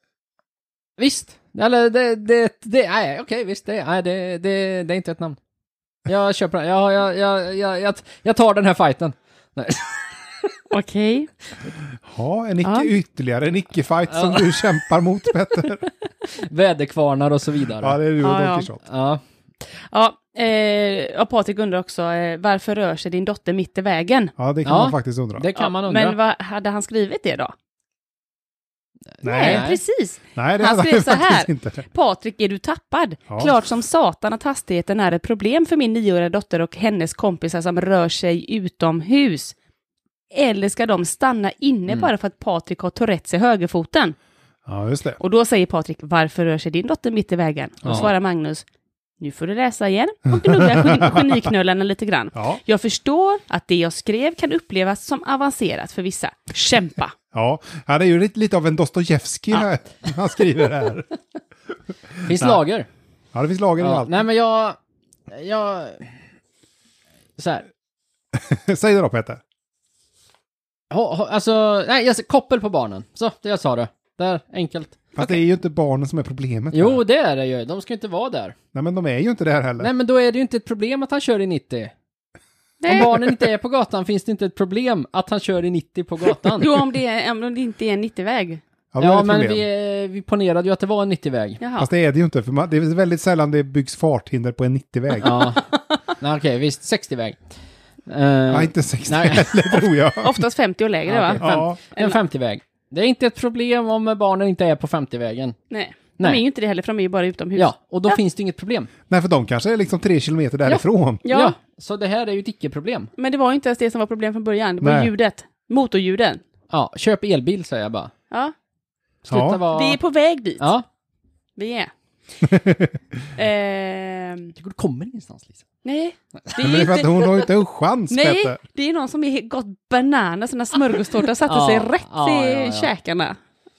Speaker 2: Visst. Eller det, det, det nej okej visst det, nej, det, det, det är inte ett namn. Jag köper den. Jag, jag, jag, jag, jag, jag tar den här fighten. Nej.
Speaker 3: Okej.
Speaker 1: Ja, en icke,
Speaker 3: Ja.
Speaker 1: ytterligare en icke-fight som du kämpar mot, Petter.
Speaker 2: Väderkvarnar och så vidare.
Speaker 1: Ja, det är du och
Speaker 3: Ja, ja.
Speaker 1: Don Quixote.
Speaker 2: Ja.
Speaker 3: Ja, eh, och Patrik undrar också, eh, varför rör sig din dotter mitt i vägen?
Speaker 1: Ja, det kan
Speaker 2: Ja.
Speaker 1: man faktiskt undra.
Speaker 2: Det kan
Speaker 3: Ja,
Speaker 2: man undra.
Speaker 3: Men vad hade han skrivit det då?
Speaker 1: Nej,
Speaker 2: Nej.
Speaker 3: precis.
Speaker 1: nej, det
Speaker 3: Han
Speaker 1: hade
Speaker 3: skrev
Speaker 1: jag
Speaker 3: så här.
Speaker 1: faktiskt inte.
Speaker 3: Patrik, är du tappad?
Speaker 1: Ja.
Speaker 3: Klart som satan att hastigheten är ett problem för min nioåriga dotter och hennes kompisar som rör sig utomhus. Eller ska de stanna inne
Speaker 2: Mm.
Speaker 3: bara för att Patrik har Tourettes i högerfoten?
Speaker 1: Ja, just det.
Speaker 3: Och då säger Patrik, varför rör sig din dotter mitt i vägen? Och
Speaker 2: Ja.
Speaker 3: svarar Magnus, nu får du läsa igen och gnugga gen- geniknölarna lite grann.
Speaker 1: Ja,
Speaker 3: Jag förstår att det jag skrev kan upplevas som avancerat för vissa. Kämpa!
Speaker 1: ja. ja det är ju lite, lite av en Dostojevskij här. Han skriver här.
Speaker 2: Finns
Speaker 1: Nej.
Speaker 2: lager.
Speaker 1: Ja, det finns lager i
Speaker 2: Ja.
Speaker 1: allt.
Speaker 2: Nej men jag... Jag... Så här.
Speaker 1: Säg det då, Petter.
Speaker 2: Ha, ha, alltså, nej, jag, koppel på barnen. Så, det jag sa det. Där, enkelt.
Speaker 1: Fast
Speaker 2: Okej.
Speaker 1: det är ju inte barnen som är problemet.
Speaker 2: Jo,
Speaker 1: här.
Speaker 2: det är det ju. De ska inte vara där.
Speaker 1: Nej, men de är ju inte där heller.
Speaker 2: Nej, men då är det ju inte ett problem att han kör i nittio.
Speaker 3: Nej.
Speaker 2: Om barnen inte är på gatan finns det inte ett problem att han kör i nittio på gatan.
Speaker 3: Jo, om det, är, om det inte är en nittio-väg.
Speaker 1: Ja, då är det
Speaker 2: Ja,
Speaker 1: ett
Speaker 2: men
Speaker 1: problem.
Speaker 2: vi, vi ponerade ju att det var en nittio-väg.
Speaker 3: Jaha.
Speaker 1: Fast det är det ju inte, för man, det är väldigt sällan det byggs farthinder på en nittio-väg.
Speaker 2: Ja. Nej, okej, visst. sextio-väg. Uh,
Speaker 1: Ja, inte sextio
Speaker 2: nej.
Speaker 1: heller, tror jag.
Speaker 3: Oftast femtio och lägre,
Speaker 2: Ja,
Speaker 3: va?
Speaker 2: okej.
Speaker 1: Ja.
Speaker 2: En femtio-väg. Det är inte ett problem om barnen inte är på femtio-vägen.
Speaker 3: Nej.
Speaker 2: Nej.
Speaker 3: De är ju inte det heller, för de är ju bara utomhus.
Speaker 2: Ja, och då
Speaker 3: Ja.
Speaker 2: finns det inget problem.
Speaker 1: Nej, för de kanske är liksom tre kilometer därifrån.
Speaker 3: Ja.
Speaker 2: Ja. Så det här är ju ett icke-problem.
Speaker 3: Men det var ju inte ens det som var problem från början. Det var
Speaker 1: Nej.
Speaker 3: ljudet. Motorljuden.
Speaker 2: Ja, köp elbil säger jag bara.
Speaker 3: Ja.
Speaker 2: Sluta
Speaker 1: Ja.
Speaker 2: vara...
Speaker 3: Vi är på väg dit.
Speaker 2: Ja,
Speaker 3: Vi är. Ehm,
Speaker 2: du kommer ingenstans Lisa.
Speaker 3: nej. Det
Speaker 1: Men det
Speaker 3: är
Speaker 1: är för att
Speaker 3: inte...
Speaker 1: hon har ju inte en chans,
Speaker 3: Nej,
Speaker 1: Petter.
Speaker 3: det är någon som är gått banana, sådana smörgåstårta satte
Speaker 2: Ja,
Speaker 3: sig rätt
Speaker 2: ja,
Speaker 3: i
Speaker 2: ja, ja.
Speaker 3: käkarna.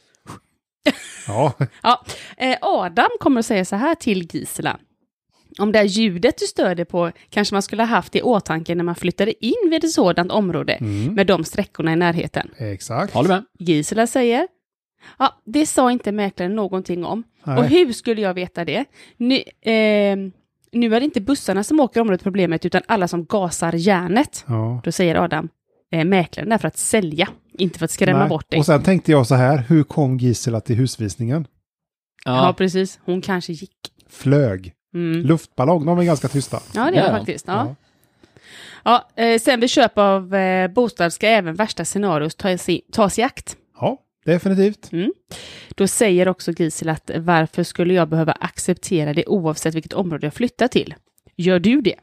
Speaker 1: Ja,
Speaker 3: Ja. Eh, Adam kommer att säga så här till Gisela. Om det här ljudet du stör dig på kanske man skulle ha haft i åtanke när man flyttade in vid ett sådant område
Speaker 1: Mm.
Speaker 3: med de sträckorna i närheten.
Speaker 1: exakt.
Speaker 2: Håller med.
Speaker 3: Gisela säger, ja, det sa inte mäklaren någonting om.
Speaker 1: Nej.
Speaker 3: Och hur skulle jag veta det? Nu, eh, nu är det inte bussarna som åker området problemet utan alla som gasar järnet.
Speaker 1: Ja.
Speaker 3: Då säger Adam, eh, mäklaren är för att sälja, inte för att skrämma
Speaker 1: Nej.
Speaker 3: bort dig.
Speaker 1: Och sen tänkte jag så här, hur kom Gisela till husvisningen?
Speaker 3: Ja.
Speaker 2: Ja,
Speaker 3: precis. Hon kanske gick.
Speaker 1: Flög.
Speaker 3: Mm.
Speaker 1: Luftballong, de är ganska tysta.
Speaker 3: Ja, det
Speaker 2: Ja.
Speaker 3: är det faktiskt. Ja. Ja, eh, sen vid köp av eh, bostad ska även värsta scenarios tas i, tas i akt.
Speaker 1: Ja, definitivt.
Speaker 3: Mm. Då säger också Gisela att varför skulle jag behöva acceptera det oavsett vilket område jag flyttar till? Gör du det?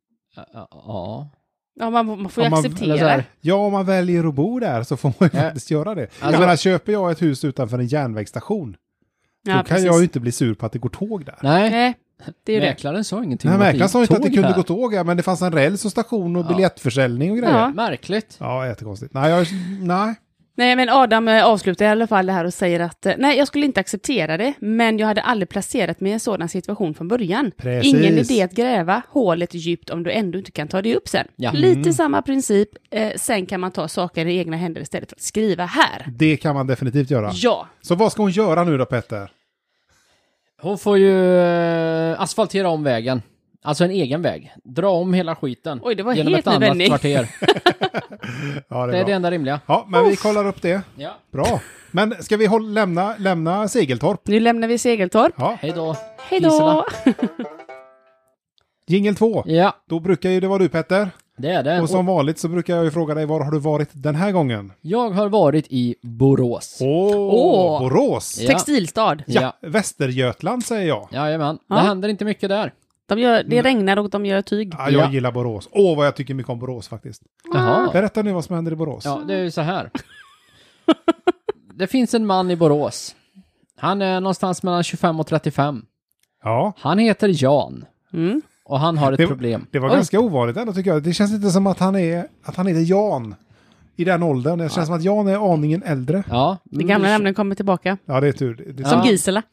Speaker 2: ja.
Speaker 3: Ja, man, man får ju
Speaker 1: Om man-
Speaker 2: eller så
Speaker 3: acceptera.
Speaker 2: här.
Speaker 1: Ja, om man väljer att bo där så får man ju
Speaker 2: Ja.
Speaker 1: faktiskt göra det.
Speaker 2: Alltså-
Speaker 1: jag menar, köper jag ett hus utanför en järnvägsstation,
Speaker 3: Ja,
Speaker 1: då kan
Speaker 3: precis.
Speaker 1: jag ju inte bli sur på att det går tåg där.
Speaker 2: Nej,
Speaker 3: Nej, det är ju det.
Speaker 2: mäklaren sa ingenting
Speaker 1: Nej,
Speaker 2: om att
Speaker 1: mäklaren sa inte att det
Speaker 2: tåg
Speaker 1: kunde
Speaker 2: här.
Speaker 1: gå tåg, ja, men det fanns en räls och station och
Speaker 2: Ja.
Speaker 1: biljettförsäljning och grejer.
Speaker 3: Ja.
Speaker 1: Ja,
Speaker 2: Märkligt.
Speaker 1: ja jättekonstigt. Nej, jag, nej.
Speaker 3: Nej, men Adam eh, avslutar i alla fall det här och säger att eh, nej, jag skulle inte acceptera det, men jag hade aldrig placerat mig i en sådan situation från början.
Speaker 1: Precis.
Speaker 3: Ingen idé att gräva hålet djupt om du ändå inte kan ta det upp sen.
Speaker 2: Ja.
Speaker 3: Lite
Speaker 1: Mm.
Speaker 3: samma princip, eh, sen kan man ta saker i egna händer istället för att skriva här.
Speaker 1: Det kan man definitivt göra.
Speaker 3: Ja,
Speaker 1: Så vad ska hon göra nu då, Petter?
Speaker 2: Hon får ju eh, asfaltera om vägen. Alltså en egen väg. Dra om hela skiten.
Speaker 3: Oj, det var
Speaker 2: genom
Speaker 3: helt
Speaker 2: ett
Speaker 3: ny
Speaker 2: annat
Speaker 3: vändning.
Speaker 2: kvarter.
Speaker 1: Ja, det
Speaker 2: Det
Speaker 1: är
Speaker 2: är
Speaker 1: bra.
Speaker 2: det enda rimliga.
Speaker 1: Ja, men vi kollar upp det.
Speaker 2: Ja.
Speaker 1: Bra. Men ska vi hålla, lämna, lämna Segeltorp?
Speaker 3: nu lämnar vi Segeltorp.
Speaker 1: Ja.
Speaker 2: Hej då.
Speaker 3: Hej då!
Speaker 1: Jingel två.
Speaker 2: Ja,
Speaker 1: Då brukar ju det vara du, Petter.
Speaker 2: det är det.
Speaker 1: Och som vanligt så brukar jag ju fråga dig, var har du varit den här gången?
Speaker 2: Jag har varit i Borås.
Speaker 1: Åh,
Speaker 3: Åh.
Speaker 1: Borås.
Speaker 2: Ja.
Speaker 3: Textilstad.
Speaker 1: Ja,
Speaker 2: Ja.
Speaker 1: Västergötland säger jag.
Speaker 2: Jajamän.
Speaker 3: Ja.
Speaker 2: Det händer inte mycket där.
Speaker 3: De gör, det regnar och de gör tyg.
Speaker 1: Ja, jag
Speaker 2: Ja.
Speaker 1: gillar Borås. Åh, vad jag tycker mycket om Borås faktiskt.
Speaker 2: Jaha.
Speaker 1: Berätta nu vad som händer i Borås.
Speaker 2: Ja, det är ju så här. Det finns en man i Borås. Han är någonstans mellan tjugofem och trettiofem.
Speaker 1: Ja.
Speaker 2: Han heter Jan.
Speaker 3: Mm.
Speaker 2: Och han har ett
Speaker 1: Det,
Speaker 2: problem.
Speaker 1: det var
Speaker 3: Oj.
Speaker 1: ganska ovanligt ändå tycker jag. Det känns inte som att han är att han heter Jan i den åldern. Det känns som att Jan är aningen äldre.
Speaker 2: Ja.
Speaker 3: De gamla namnen kommer tillbaka.
Speaker 1: Ja, det är tur. Det, det,
Speaker 3: Som
Speaker 2: Ja.
Speaker 3: Gisela.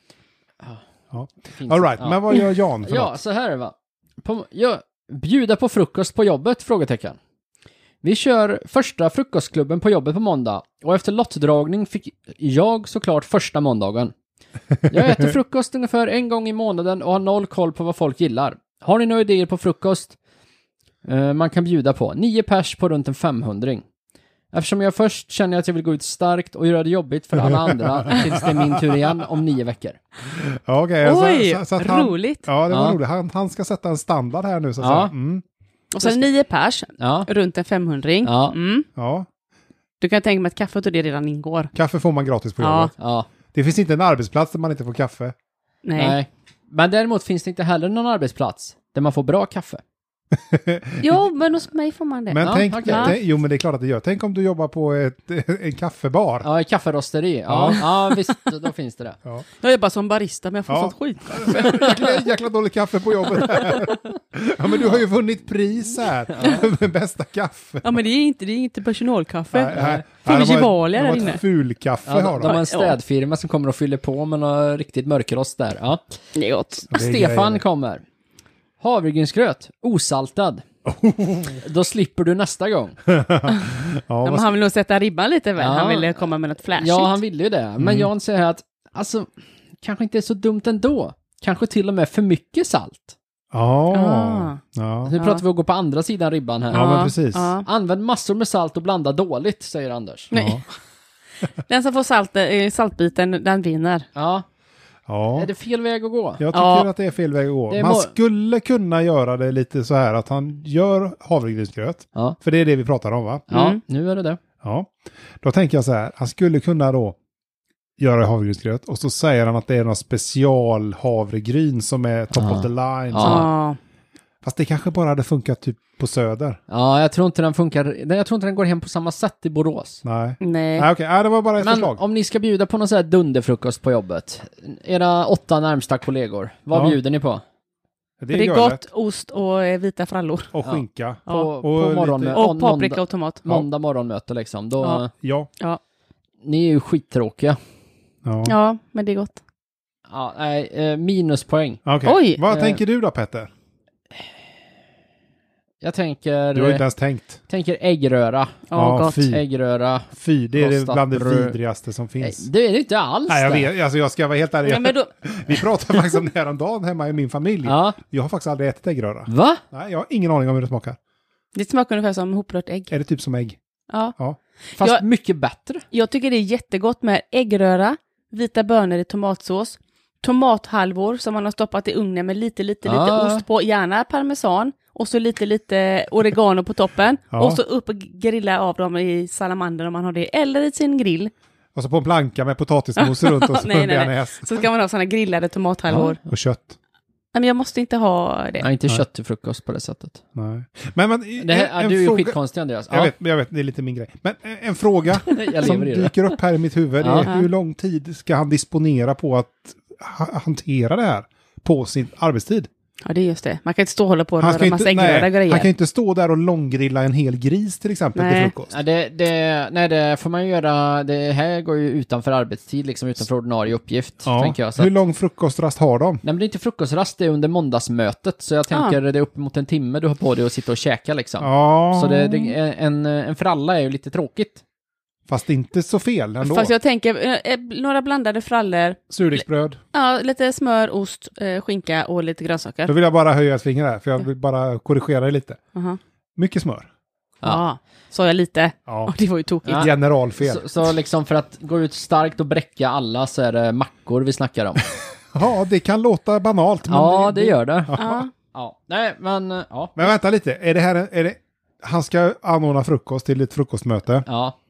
Speaker 2: Finns
Speaker 1: All
Speaker 2: det.
Speaker 1: right,
Speaker 2: Ja.
Speaker 1: men vad gör Jan för
Speaker 2: Ja,
Speaker 1: något?
Speaker 2: så här är det va. På, ja, bjuda på frukost på jobbet? Frågetecken. Vi kör första frukostklubben på jobbet på måndag och efter lottdragning fick jag såklart första måndagen. Jag äter frukost ungefär en gång i månaden och har noll koll på vad folk gillar. Har ni några idéer på frukost eh, man kan bjuda på? Nio pers på runt en femhundring. Eftersom jag först känner att jag vill gå ut starkt och göra det jobbigt för alla andra tills det är min tur igen om nio veckor.
Speaker 1: Ja, okej, så-
Speaker 3: Oj,
Speaker 1: så- så att han-
Speaker 3: roligt.
Speaker 1: Ja, det var
Speaker 2: Ja.
Speaker 1: roligt. Han, han ska sätta en standard här nu så att
Speaker 2: Ja.
Speaker 1: säga. Mm.
Speaker 3: Och så nio pers,
Speaker 2: Ja,
Speaker 3: runt en femhundring.
Speaker 2: ja,
Speaker 3: Mm.
Speaker 1: Ja,
Speaker 3: Du kan tänka mig att kaffet och det redan ingår.
Speaker 1: kaffe får man gratis på
Speaker 3: Ja.
Speaker 1: jobbet.
Speaker 2: ja.
Speaker 1: Det finns inte en arbetsplats där man inte får kaffe.
Speaker 3: Nej.
Speaker 2: Nej. Men däremot finns det inte heller någon arbetsplats där man får bra kaffe.
Speaker 3: Jo, men hos mig får man det.
Speaker 1: Men
Speaker 2: Ja,
Speaker 1: tänk,
Speaker 2: okej.
Speaker 1: tänk, jo men det är klart att det gör. Tänk om du jobbar på ett, en kaffebar.
Speaker 2: Ja, i kafferosteri. Ja, ja visst, då, då finns det det.
Speaker 1: Ja.
Speaker 3: Jag jobbar som barista, men jag får
Speaker 1: Ja.
Speaker 3: sånt skit.
Speaker 1: jäkla, jäkla dåligt kaffe på jobbet här. Ja, men du har ju vunnit pris här. Med bästa kaffe.
Speaker 3: Ja, men det är inte, det är inte personalkaffe.
Speaker 1: Nej, nej.
Speaker 3: Får vi
Speaker 1: Nej, de har-
Speaker 3: Gevalia
Speaker 1: de
Speaker 3: där
Speaker 1: har
Speaker 3: inne?
Speaker 1: ett fulkaffe
Speaker 2: Ja,
Speaker 1: har
Speaker 2: de,
Speaker 1: de.
Speaker 2: de har en städfirma som kommer och fyller på med något riktigt mörkrost där. Ja.
Speaker 3: Det är gott.
Speaker 1: Det är
Speaker 2: Stefan
Speaker 1: grejer.
Speaker 2: kommer. Havregrynsgröt, osaltad. Då slipper du nästa gång.
Speaker 1: ja,
Speaker 3: Ja, men
Speaker 1: vad-
Speaker 3: han vill nog sätta ribban lite väl.
Speaker 2: Ja.
Speaker 3: Han ville komma med något flashigt.
Speaker 2: Ja, han ville ju det. Men
Speaker 1: Mm.
Speaker 2: Jan säger att, alltså, kanske inte är så dumt ändå. Kanske till och med för mycket salt.
Speaker 1: ja.
Speaker 3: Ah.
Speaker 1: ja.
Speaker 2: Nu
Speaker 3: Ja.
Speaker 2: pratar vi att gå på andra sidan ribban här.
Speaker 1: Ja, men precis.
Speaker 3: Ja.
Speaker 2: Använd massor med salt och blanda dåligt, säger Anders.
Speaker 3: Nej. Den som får salt, eh, saltbiten, den vinner.
Speaker 2: Ja,
Speaker 1: Ja.
Speaker 2: är det fel väg att gå?
Speaker 1: Jag tycker
Speaker 3: Ja.
Speaker 1: att det är fel väg att gå.
Speaker 2: Det är
Speaker 1: Man
Speaker 2: må-
Speaker 1: skulle kunna göra det lite så här att han gör havregrynsgröt.
Speaker 2: Ja,
Speaker 1: För det är det vi pratar om, va?
Speaker 2: ja
Speaker 3: Mm.
Speaker 2: nu är det det.
Speaker 1: Ja. Då tänker jag så här, han skulle kunna då göra havregrynsgröt och så säger han att det är någon special havregryn som är top
Speaker 2: Ja.
Speaker 1: of the line.
Speaker 2: Ja.
Speaker 1: Så.
Speaker 3: Ja.
Speaker 1: Fast det kanske bara hade funkat typ på Söder.
Speaker 2: Ja, jag tror inte den funkar. Nej, jag tror inte den går hem på samma sätt i Borås.
Speaker 1: Nej.
Speaker 3: Nej.
Speaker 1: Nej, okej. Nej, det var bara ett
Speaker 2: Men
Speaker 1: förslag.
Speaker 2: om ni ska bjuda på någon sån här dunderfrukost på jobbet, era åtta närmsta kollegor, vad
Speaker 1: Ja.
Speaker 2: bjuder ni på?
Speaker 1: Det
Speaker 3: Det är
Speaker 1: görlätt.
Speaker 3: gott, ost och eh, vita frallor.
Speaker 1: Och
Speaker 2: Ja.
Speaker 1: skinka.
Speaker 2: På,
Speaker 3: Ja.
Speaker 2: på
Speaker 1: Och
Speaker 2: morgon,
Speaker 1: lite-
Speaker 3: Och
Speaker 2: on-
Speaker 3: paprika
Speaker 2: måndag,
Speaker 3: och tomat.
Speaker 2: måndag morgonmöte liksom. Då,
Speaker 3: Ja.
Speaker 1: Ja.
Speaker 3: Ja.
Speaker 2: Ni är ju skittråkiga.
Speaker 1: Ja.
Speaker 3: Ja, men det är gott.
Speaker 2: Ja, nej, eh, minuspoäng.
Speaker 1: Okej.
Speaker 3: Oj.
Speaker 1: Vad
Speaker 2: Eh.
Speaker 1: tänker du då, Petter?
Speaker 2: Jag tänker,
Speaker 1: Du har ju inte
Speaker 2: eh,
Speaker 1: ens tänkt.
Speaker 2: tänker äggröra.
Speaker 3: Ja, gott.
Speaker 1: fy.
Speaker 2: Äggröra.
Speaker 1: Fy, det är det
Speaker 2: Rostat
Speaker 1: bland det
Speaker 2: bröd.
Speaker 1: vidrigaste som
Speaker 2: Nej,
Speaker 1: finns.
Speaker 2: det är det inte alls.
Speaker 1: Nej, jag
Speaker 2: det.
Speaker 1: vet. Alltså jag ska vara helt ärlig.
Speaker 3: Ja, men då,
Speaker 1: Vi pratade faktiskt om det här om dagen hemma i min familj.
Speaker 2: Ja.
Speaker 1: Jag har faktiskt aldrig ätit äggröra.
Speaker 2: Va?
Speaker 1: Nej, jag har ingen aning om hur det smakar.
Speaker 3: det smakar ungefär som hoprört ägg.
Speaker 1: Är det typ som ägg?
Speaker 3: Ja.
Speaker 1: Ja.
Speaker 2: Fast
Speaker 3: Jag-
Speaker 2: mycket bättre.
Speaker 3: Jag tycker det är jättegott med äggröra, vita bönor i tomatsås, tomathalvor som man har stoppat i ugnen med lite, lite, lite
Speaker 2: Ah.
Speaker 3: ost på, gärna parmesan, och så lite, lite oregano på toppen,
Speaker 1: Ja.
Speaker 3: och så upp och grilla av dem i salamander om man har det, eller i sin grill.
Speaker 1: Och så på en planka med potatismos runt och så
Speaker 3: Nej, nej, nej.
Speaker 1: bearnaise
Speaker 3: Så ska man ha sådana grillade tomathalvor.
Speaker 1: och kött.
Speaker 3: Nej, men jag måste inte ha det.
Speaker 2: Nej, inte
Speaker 1: Nej.
Speaker 2: kött till frukost på det sättet.
Speaker 1: Nej. Men, men
Speaker 2: Det här,
Speaker 1: en,
Speaker 2: ja, du är ju
Speaker 1: fråga-
Speaker 2: skitkonstig, Andreas.
Speaker 1: Jag
Speaker 2: Ja,
Speaker 1: vet, jag vet, det är lite min grej. Men en, en fråga
Speaker 2: jag
Speaker 1: som
Speaker 2: lever i det.
Speaker 1: dyker upp här i mitt huvud
Speaker 2: Ja.
Speaker 1: är hur lång tid ska han disponera på att ha, hantera det här på sin arbetstid?
Speaker 3: Ja, det är just det. Man kan inte stå och hålla på och
Speaker 1: Han,
Speaker 3: röra
Speaker 1: ska
Speaker 3: massa
Speaker 1: inte,
Speaker 3: äggröra
Speaker 1: nej,
Speaker 3: grejer.
Speaker 1: han kan ju inte stå där och långgrilla en hel gris till exempel till
Speaker 3: Nej.
Speaker 1: frukost.
Speaker 2: Ja, det, det, nej, det får man ju göra. Det här går ju utanför arbetstid, liksom utanför ordinarie uppgift,
Speaker 1: Ja.
Speaker 2: tänker jag. Så
Speaker 1: Hur
Speaker 2: att,
Speaker 1: lång frukostrast har de?
Speaker 2: nej, men det är inte frukostrast, det är under måndagsmötet. Så jag tänker det är uppemot en timme du har på dig att sitta och käka liksom.
Speaker 1: Ja,
Speaker 2: Så det, det, en, en fralla är ju lite tråkigt.
Speaker 1: fast inte så fel ändå.
Speaker 3: Fast jag tänker, eh, eh, några blandade frallor,
Speaker 1: Surdegsbröd.
Speaker 3: ja, lite smör, ost, eh, skinka och lite grönsaker.
Speaker 1: Då vill jag bara höja ett finger här, för jag vill bara korrigera det lite.
Speaker 3: Aha.
Speaker 1: Mycket smör.
Speaker 2: Ja.
Speaker 3: Ja, sa jag lite.
Speaker 1: Ja.
Speaker 3: Och det var ju tokigt.
Speaker 2: Ja.
Speaker 1: Generalfel.
Speaker 2: Så, så liksom för att gå ut starkt och bräcka alla så är det mackor vi snackar om.
Speaker 1: Ja, det kan låta banalt. Men
Speaker 2: Ja, det gör det.
Speaker 3: Ja.
Speaker 2: Ja, nej, men ja.
Speaker 1: Men vänta lite, är det här, är det, han ska anordna frukost till ett frukostmöte.
Speaker 2: Ja.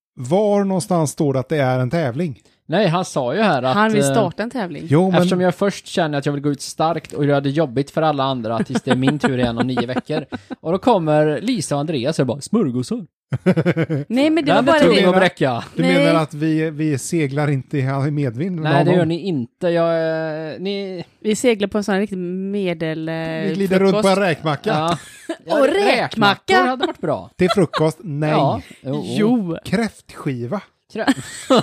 Speaker 1: Var någonstans står det att det är en tävling?
Speaker 2: Nej, han sa ju här att...
Speaker 3: Han vill
Speaker 2: eh,
Speaker 3: starta en tävling.
Speaker 1: Jo, men
Speaker 2: Eftersom jag först känner att jag vill gå ut starkt och göra det jobbigt för alla andra tills det är min tur igen om nio veckor. Och då kommer Lisa och Andreas och bara, smörgåsar.
Speaker 3: Nej, men det var
Speaker 2: Den är
Speaker 3: bara
Speaker 2: tung
Speaker 3: det.
Speaker 2: att bräcka.
Speaker 1: du
Speaker 3: Nej.
Speaker 1: menar att vi, vi seglar inte i medvind? med
Speaker 2: Nej, det
Speaker 1: honom?
Speaker 2: gör ni inte. Jag, eh, ni...
Speaker 3: Vi seglar på en sån här riktig medel... eh,
Speaker 1: Vi glider runt
Speaker 3: frukost.
Speaker 1: på en räkmacka.
Speaker 2: Ja.
Speaker 3: Och räkmacka.
Speaker 2: Räkmackor hade varit bra.
Speaker 1: Till frukost? Nej.
Speaker 2: Ja. Jo.
Speaker 3: Jo,
Speaker 1: Kräftskiva?
Speaker 2: Krä-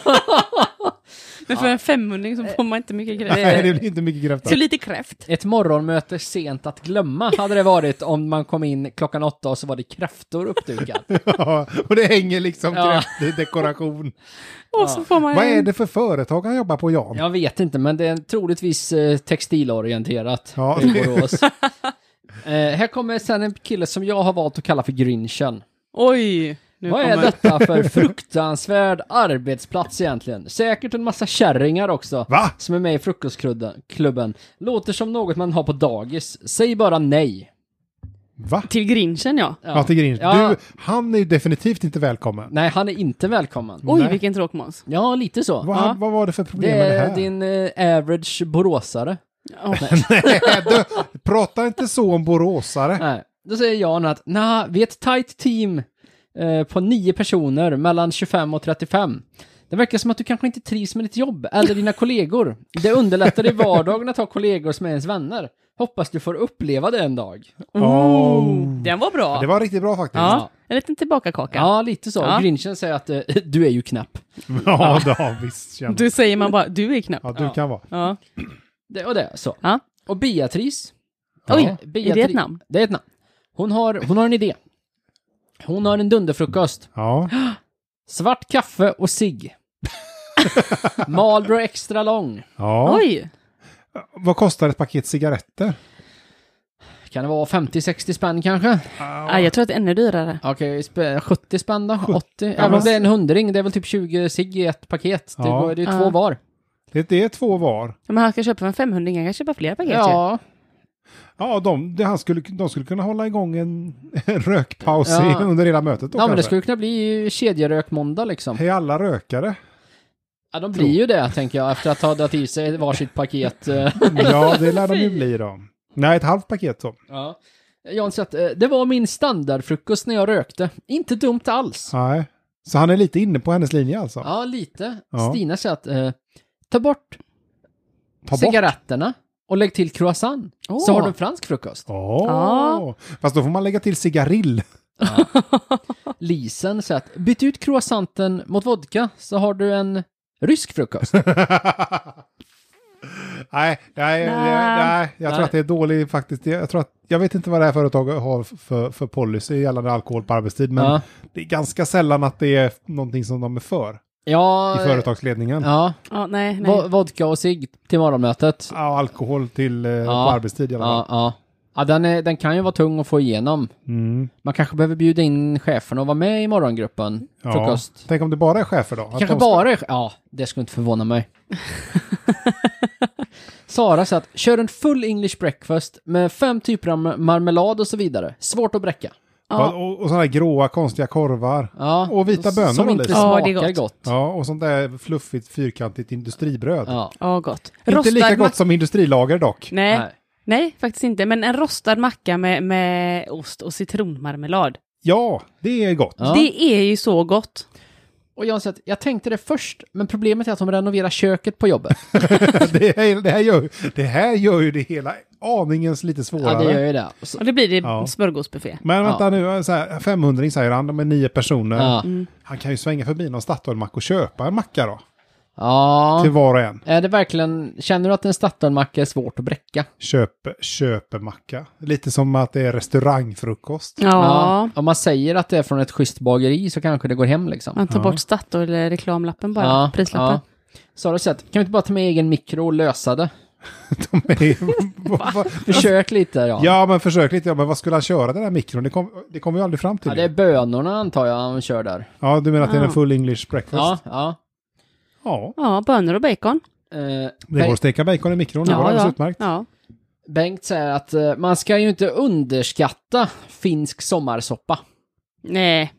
Speaker 3: men för en femhundring så får man inte mycket kräft.
Speaker 1: Nej, det blir inte mycket kräfta.
Speaker 3: Så lite kräft.
Speaker 2: Ett morgonmöte sent att glömma hade det varit om man kom in klockan åtta och så var det kräftor uppdukat.
Speaker 1: Ja, och det hänger liksom
Speaker 2: Ja.
Speaker 1: kräftdekoration.
Speaker 3: Och så får man
Speaker 1: Vad är
Speaker 3: en-
Speaker 1: det för företag han jobbar på, Jan?
Speaker 2: Jag vet inte, men det är troligtvis eh, textilorienterat
Speaker 1: Ja.
Speaker 2: i Borås. eh, här kommer sen en kille som jag har valt att kalla för Grinchen.
Speaker 3: Oj! Nu
Speaker 2: Vad är
Speaker 3: kommer-
Speaker 2: detta för fruktansvärd arbetsplats egentligen? Säkert en massa kärringar också.
Speaker 1: Va?
Speaker 2: Som är med i frukostklubben. Låter som något man har på dagis. Säg bara nej.
Speaker 1: Va?
Speaker 3: Till Grinchen, ja.
Speaker 1: Ja, till Grinch.
Speaker 2: Ja.
Speaker 1: Du, han är ju definitivt inte välkommen.
Speaker 2: Nej, han är inte välkommen.
Speaker 3: Oj,
Speaker 1: Nej.
Speaker 3: vilken tråkmåns.
Speaker 2: Ja, lite så.
Speaker 1: Vad,
Speaker 3: Ja.
Speaker 1: vad var det för
Speaker 2: Det
Speaker 1: problem med det
Speaker 2: är
Speaker 1: här?
Speaker 2: din eh, average boråsare.
Speaker 3: Oh.
Speaker 1: Nej, du, prata inte så om boråsare.
Speaker 2: Nej. Då säger Jan att nah, vi är ett tight team eh, på nio personer mellan tjugofem och trettiofem. Det verkar som att du kanske inte trivs med ditt jobb eller dina kollegor. Det underlättar i vardagen att ha kollegor som är ens vänner. Hoppas du får uppleva det en dag.
Speaker 1: Oh.
Speaker 3: Den var bra.
Speaker 1: Det var riktigt bra faktiskt.
Speaker 3: Ja, en liten tillbakakaka.
Speaker 2: Ja, lite så.
Speaker 3: Ja.
Speaker 2: Grinchen säger att eh, du är ju knapp.
Speaker 1: Ja, det har visst känt.
Speaker 3: Du säger man bara, du är knapp.
Speaker 1: Ja, du
Speaker 2: Ja.
Speaker 1: kan vara.
Speaker 3: Ja.
Speaker 2: Det, och det, så.
Speaker 3: Ja.
Speaker 2: Och Beatrice.
Speaker 3: Oj,
Speaker 2: Ja,
Speaker 3: är det ett namn?
Speaker 2: Det är ett namn. Hon har, hon har en idé. Hon har en dunderfrukost.
Speaker 1: Ja.
Speaker 2: Svart kaffe och cigg. Marlboro extra lång.
Speaker 1: ja.
Speaker 3: Oj!
Speaker 1: Vad kostar ett paket cigaretter?
Speaker 2: Kan det vara femtio sextio spänn kanske?
Speaker 3: Ah, jag tror att det är ännu dyrare.
Speaker 2: Okej, sp- sjuttio spänn då? åttio?
Speaker 1: Ja,
Speaker 2: Även
Speaker 1: men-
Speaker 2: om det är en hundring, det är väl typ tjugo cigg i ett paket. Det,
Speaker 1: Ja.
Speaker 2: går, det är
Speaker 3: Ja.
Speaker 2: två var.
Speaker 1: Det, det är två var.
Speaker 3: Om han ska köpa för en femhundring, han kan köpa flera paket. ju.
Speaker 2: Ja,
Speaker 1: Ja, de, det, han skulle, de skulle kunna hålla igång en, en rökpaus
Speaker 2: Ja.
Speaker 1: i, under hela mötet då
Speaker 2: ja men det
Speaker 1: kanske.
Speaker 2: skulle kunna bli kedjerökmåndag liksom.
Speaker 1: Hej alla rökare.
Speaker 2: Ja, de blir ju det, tänker jag, efter att ha dragit i sig varsitt paket. eh.
Speaker 1: Ja, det lär de ju bli då. Nej, ett halvt paket så.
Speaker 2: Ja. Jag har sett, eh, det var min standardfrukost när jag rökte. Inte dumt alls.
Speaker 1: Nej. Så han är lite inne på hennes linje alltså.
Speaker 2: Ja, lite.
Speaker 1: Ja.
Speaker 2: Stina säger att eh, ta bort
Speaker 1: Ta bort.
Speaker 2: cigaretterna och lägg till croissant.
Speaker 3: Åh.
Speaker 2: Så har du en fransk frukost.
Speaker 1: Åh.
Speaker 3: Ja.
Speaker 1: Fast då får man lägga till cigarill.
Speaker 2: Lisen säger att byt ut croissanten mot vodka så har du en rysk frukost.
Speaker 1: nej, nej, nej, nej, jag tror
Speaker 2: Nej.
Speaker 1: att det är dåligt faktiskt. Jag, tror att, jag vet inte vad det här företaget har för, för policy gällande alkohol på arbetstid, men
Speaker 2: Ja.
Speaker 1: det är ganska sällan att det är någonting som de är för
Speaker 2: Ja,
Speaker 1: i företagsledningen. Ja.
Speaker 2: ja.
Speaker 3: Ja, nej, nej.
Speaker 2: Vo- vodka och cigg till morgonmötet.
Speaker 1: alkohol till eh,
Speaker 2: Ja.
Speaker 1: på arbetstid i alla fall.
Speaker 2: Ja, ja. Ja, den, är, den kan ju vara tung att få igenom.
Speaker 1: Mm.
Speaker 2: Man kanske behöver bjuda in cheferna och vara med i morgongruppen.
Speaker 1: Ja.
Speaker 2: Frukost.
Speaker 1: Tänk om det bara är chefer då? Att
Speaker 2: Kanske
Speaker 1: de ska-
Speaker 2: bara är... Ja, det skulle inte förvåna mig. Sara sa att kör en full English breakfast med fem typer av marmelad och så vidare. Svårt att bräcka.
Speaker 1: Ja, och, och sådana här gråa konstiga korvar.
Speaker 2: Ja.
Speaker 1: Och vita bönor
Speaker 2: Som
Speaker 1: och
Speaker 2: inte
Speaker 1: lite.
Speaker 3: Ja,
Speaker 2: smakar
Speaker 3: det är
Speaker 2: gott.
Speaker 3: gott.
Speaker 1: Ja, och sånt där fluffigt fyrkantigt industribröd.
Speaker 2: Ja.
Speaker 3: Ja, gott.
Speaker 1: Inte lika
Speaker 3: Rostad
Speaker 1: gott
Speaker 3: mac-
Speaker 1: som industrilager dock.
Speaker 3: Nej,
Speaker 2: Nej.
Speaker 3: nej, faktiskt inte. Men en rostad macka med, med ost och citronmarmelad.
Speaker 1: Ja, det är gott.
Speaker 2: Ja.
Speaker 3: Det är ju så gott.
Speaker 2: Och jag, sa att jag tänkte det först, men problemet är att de renoverar köket på jobbet.
Speaker 1: det, här, det, här gör, det här gör ju det hela aningens lite svårare.
Speaker 2: Ja, det gör ju det. Så,
Speaker 3: Och det blir det
Speaker 1: Ja.
Speaker 3: smörgåsbuffé.
Speaker 1: Men vänta
Speaker 2: Ja.
Speaker 1: nu, så här, femhundring säger han, de är nio personer.
Speaker 2: ja.
Speaker 1: Han kan ju svänga förbi någon Statoilmack och köpa en macka då.
Speaker 2: ja.
Speaker 1: Till var och en.
Speaker 2: Är det verkligen... Känner du att en Statoilmacka är svårt att bräcka?
Speaker 1: Köp, köper macka. Lite som att det är restaurangfrukost.
Speaker 3: Ja,
Speaker 2: Om man säger att det är från ett schysst bageri så kanske det går hem liksom.
Speaker 3: man tar
Speaker 1: Ja.
Speaker 3: bort Statoil-reklamlappen bara. Prislappen.
Speaker 2: Så har du sett, kan vi inte bara ta med egen mikro och lösa det?
Speaker 1: De är, vad- vad-
Speaker 2: Försök lite, ja.
Speaker 1: ja, men försök lite. Ja, men vad skulle han köra den här mikron? Det, kom, det kommer vi aldrig fram till.
Speaker 2: Ja, det är bönorna antar jag han kör där.
Speaker 1: Ja, du menar att det är en
Speaker 3: Ja.
Speaker 1: full English breakfast?
Speaker 2: Ja, ja.
Speaker 1: Ja,
Speaker 3: Ja, bönor och bacon.
Speaker 2: Eh,
Speaker 1: det går
Speaker 2: Bengt,
Speaker 1: att steka bacon i mikron. Det var
Speaker 3: Ja,
Speaker 1: alldeles
Speaker 3: ja.
Speaker 1: utmärkt.
Speaker 3: ja.
Speaker 2: Bengt säger att eh, man ska ju inte underskatta finsk sommarsoppa.
Speaker 3: Nej,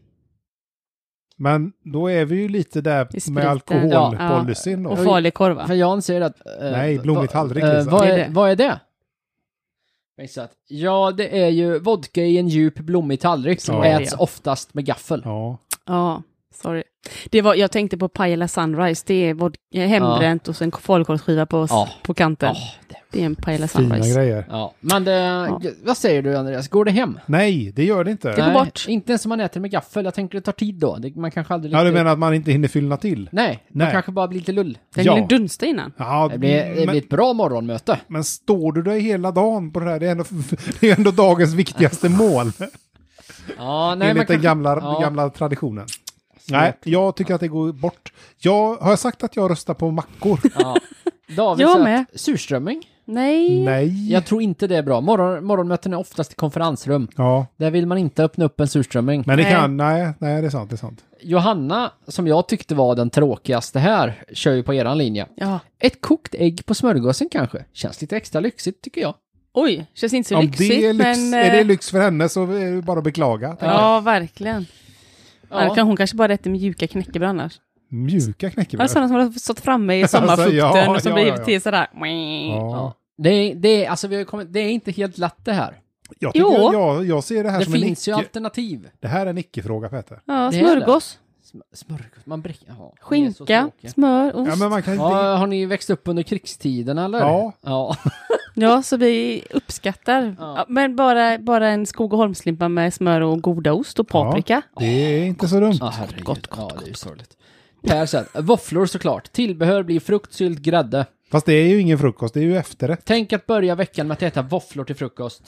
Speaker 1: Men då är vi ju lite där
Speaker 3: I spriten.
Speaker 1: med alkoholpolicyn då.
Speaker 3: och farlig korva.
Speaker 2: För Jan säger att... eh,
Speaker 1: Nej, blommig
Speaker 2: vad-
Speaker 1: tallrik,
Speaker 2: eh,
Speaker 1: Lisa.
Speaker 2: vad,
Speaker 3: Det är
Speaker 2: är,
Speaker 3: det.
Speaker 2: vad är det? Bengt säger att ja, det är ju vodka i en djup blommig tallrik som
Speaker 1: Ja.
Speaker 2: äts oftast med gaffel.
Speaker 1: Ja.
Speaker 3: Ja, sorry. Det var, jag tänkte på Pajala Sunrise. Det är vod- eh, hembränt och sen falukorvsskiva på,
Speaker 2: Ja.
Speaker 3: på kanten.
Speaker 2: Ja, det,
Speaker 3: Det är en Pajala
Speaker 1: Fina
Speaker 3: Sunrise.
Speaker 1: grejer.
Speaker 2: ja. Men det, vad säger du Andreas? Går det hem?
Speaker 1: Nej, det gör det inte.
Speaker 3: Det går bort.
Speaker 2: Inte ens om man äter med gaffel. Jag tänker det tar tid då. Det, man kanske aldrig...
Speaker 1: Ja, du
Speaker 2: riktigt-
Speaker 1: menar att man inte hinner fyllna till?
Speaker 2: Nej, man
Speaker 1: Nej.
Speaker 2: kanske bara blir lite lull.
Speaker 3: Den
Speaker 1: Ja.
Speaker 3: ja. dunsta innan.
Speaker 1: Ja,
Speaker 2: Det blir, det
Speaker 1: men,
Speaker 2: blir ett bra morgonmöte.
Speaker 1: men står du dig hela dagen på det här? Det är ändå, det är ändå dagens viktigaste mål.
Speaker 2: Ja, nej,
Speaker 1: enligt
Speaker 2: man
Speaker 1: den
Speaker 2: kanske-
Speaker 1: gamla,
Speaker 2: ja.
Speaker 1: gamla traditionen. Nej, jag tycker att det går bort. Jag har jag sagt att jag röstar på mackor?
Speaker 2: Ja. David
Speaker 3: Jag
Speaker 2: säger
Speaker 3: med.
Speaker 2: att surströmming.
Speaker 3: Nej.
Speaker 1: Nej.
Speaker 2: Jag tror inte det är bra. Morgon, morgonmöten är oftast i konferensrum.
Speaker 1: Ja,
Speaker 2: Där vill man inte öppna upp en surströmming.
Speaker 1: men det
Speaker 3: Nej.
Speaker 1: kan... Nej, nej, det är sant, det är sant.
Speaker 2: Johanna, som jag tyckte var den tråkigaste här, kör ju på eran linje.
Speaker 3: Ja.
Speaker 2: Ett kokt ägg på smörgåsen kanske. Känns lite extra lyxigt tycker jag.
Speaker 3: Oj, känns inte så
Speaker 1: Om
Speaker 3: lyxigt.
Speaker 1: det är, lyx,
Speaker 3: men,
Speaker 1: är det
Speaker 3: eh,
Speaker 1: lyx för henne så är det bara att beklaga. tänker jag.
Speaker 3: Ja, verkligen.
Speaker 2: Ja.
Speaker 3: Ja. Kan hon kanske bara äter mjuka knäckebröd annars.
Speaker 1: Mjuka
Speaker 3: Ja,
Speaker 1: knäckebröd.
Speaker 3: sådana som har stått framme i sommarfukten
Speaker 1: Alltså, ja,
Speaker 3: och som
Speaker 1: ja,
Speaker 3: blir
Speaker 1: ja, ja.
Speaker 3: till sådär.
Speaker 1: Ja.
Speaker 2: Ja. Det, är, det, är, alltså vi har kommit, det är inte helt lätt det här.
Speaker 1: Jag, tycker,
Speaker 3: Jo.
Speaker 1: jag, jag ser det här
Speaker 2: Det
Speaker 1: som en
Speaker 2: finns ju
Speaker 1: icke...
Speaker 2: alternativ.
Speaker 1: Det här är en icke-fråga, Peter.
Speaker 3: Ja,
Speaker 2: Det är
Speaker 3: smörgås,
Speaker 2: Sm- Smörgås, man bräcker... Jaha, det är så
Speaker 3: skinka,
Speaker 2: tråkigt.
Speaker 3: smör, ost.
Speaker 1: Ja, men man kan inte...
Speaker 2: Ja, har ni växt upp under krigstiden eller?
Speaker 1: Ja.
Speaker 2: Ja.
Speaker 3: Ja, så vi uppskattar.
Speaker 2: Ja.
Speaker 3: Ja, men bara, bara en skog och holmslimpa med smör och goda ost och paprika.
Speaker 1: Det är inte så dumt.
Speaker 2: Ja, herregud.
Speaker 3: Gott, gott,
Speaker 2: ja, det är ju sorgligt. Per säger att våfflor såklart. Tillbehör blir frukt, sylt, grädde.
Speaker 1: Fast det är ju ingen frukost, det är ju efterrätt.
Speaker 2: Tänk att börja veckan med att äta våfflor till frukost.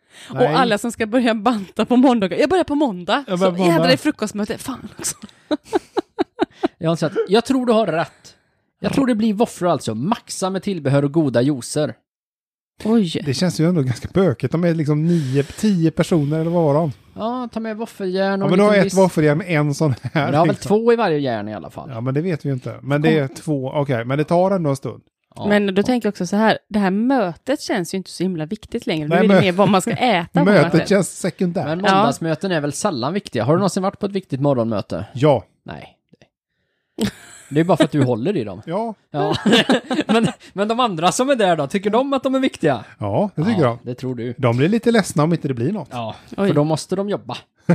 Speaker 1: Nej.
Speaker 3: Och alla som ska börja banta på måndag. Jag börjar på måndag.
Speaker 1: Jag
Speaker 3: Så
Speaker 1: börjar på måndag.
Speaker 3: jädra i frukostmöte. Fan också.
Speaker 2: Jag, har sagt, jag tror du har rätt. Jag tror det blir våfflor alltså. Maxa med tillbehör och goda juicer.
Speaker 3: Oj.
Speaker 1: Det känns ju ändå ganska bökigt. De är liksom nio, tio personer eller vad var de?
Speaker 2: Ja, ta med våffeljärn
Speaker 1: Ja,
Speaker 2: och
Speaker 1: men du har
Speaker 2: lite
Speaker 1: ett
Speaker 2: viss-
Speaker 1: våffeljärn med en sån här.
Speaker 2: Men det har väl
Speaker 1: liksom.
Speaker 2: två i varje järn i alla fall.
Speaker 1: Ja, men det vet vi ju inte. Men det är två, okej. men det tar ändå en stund.
Speaker 2: Ja.
Speaker 3: Men då tänker jag också så här, det här mötet känns ju inte så himla viktigt längre. Nu
Speaker 1: Nej,
Speaker 3: är det
Speaker 1: men-
Speaker 3: mer vad man ska äta. på
Speaker 1: Mötet känns sekundärt.
Speaker 2: Men måndagsmöten är väl sällan viktiga. Har du någonsin varit på ett viktigt morgonmöte?
Speaker 1: Ja.
Speaker 2: Nej. Det är bara för att du håller i dem.
Speaker 1: Ja.
Speaker 2: Ja. men, men de andra som är där då, tycker de att de är viktiga?
Speaker 1: Ja, det tycker
Speaker 2: Ja,
Speaker 1: jag.
Speaker 2: det tror du.
Speaker 1: De blir lite ledsna om inte det blir något.
Speaker 2: Ja,
Speaker 3: Oj.
Speaker 2: för då måste de jobba.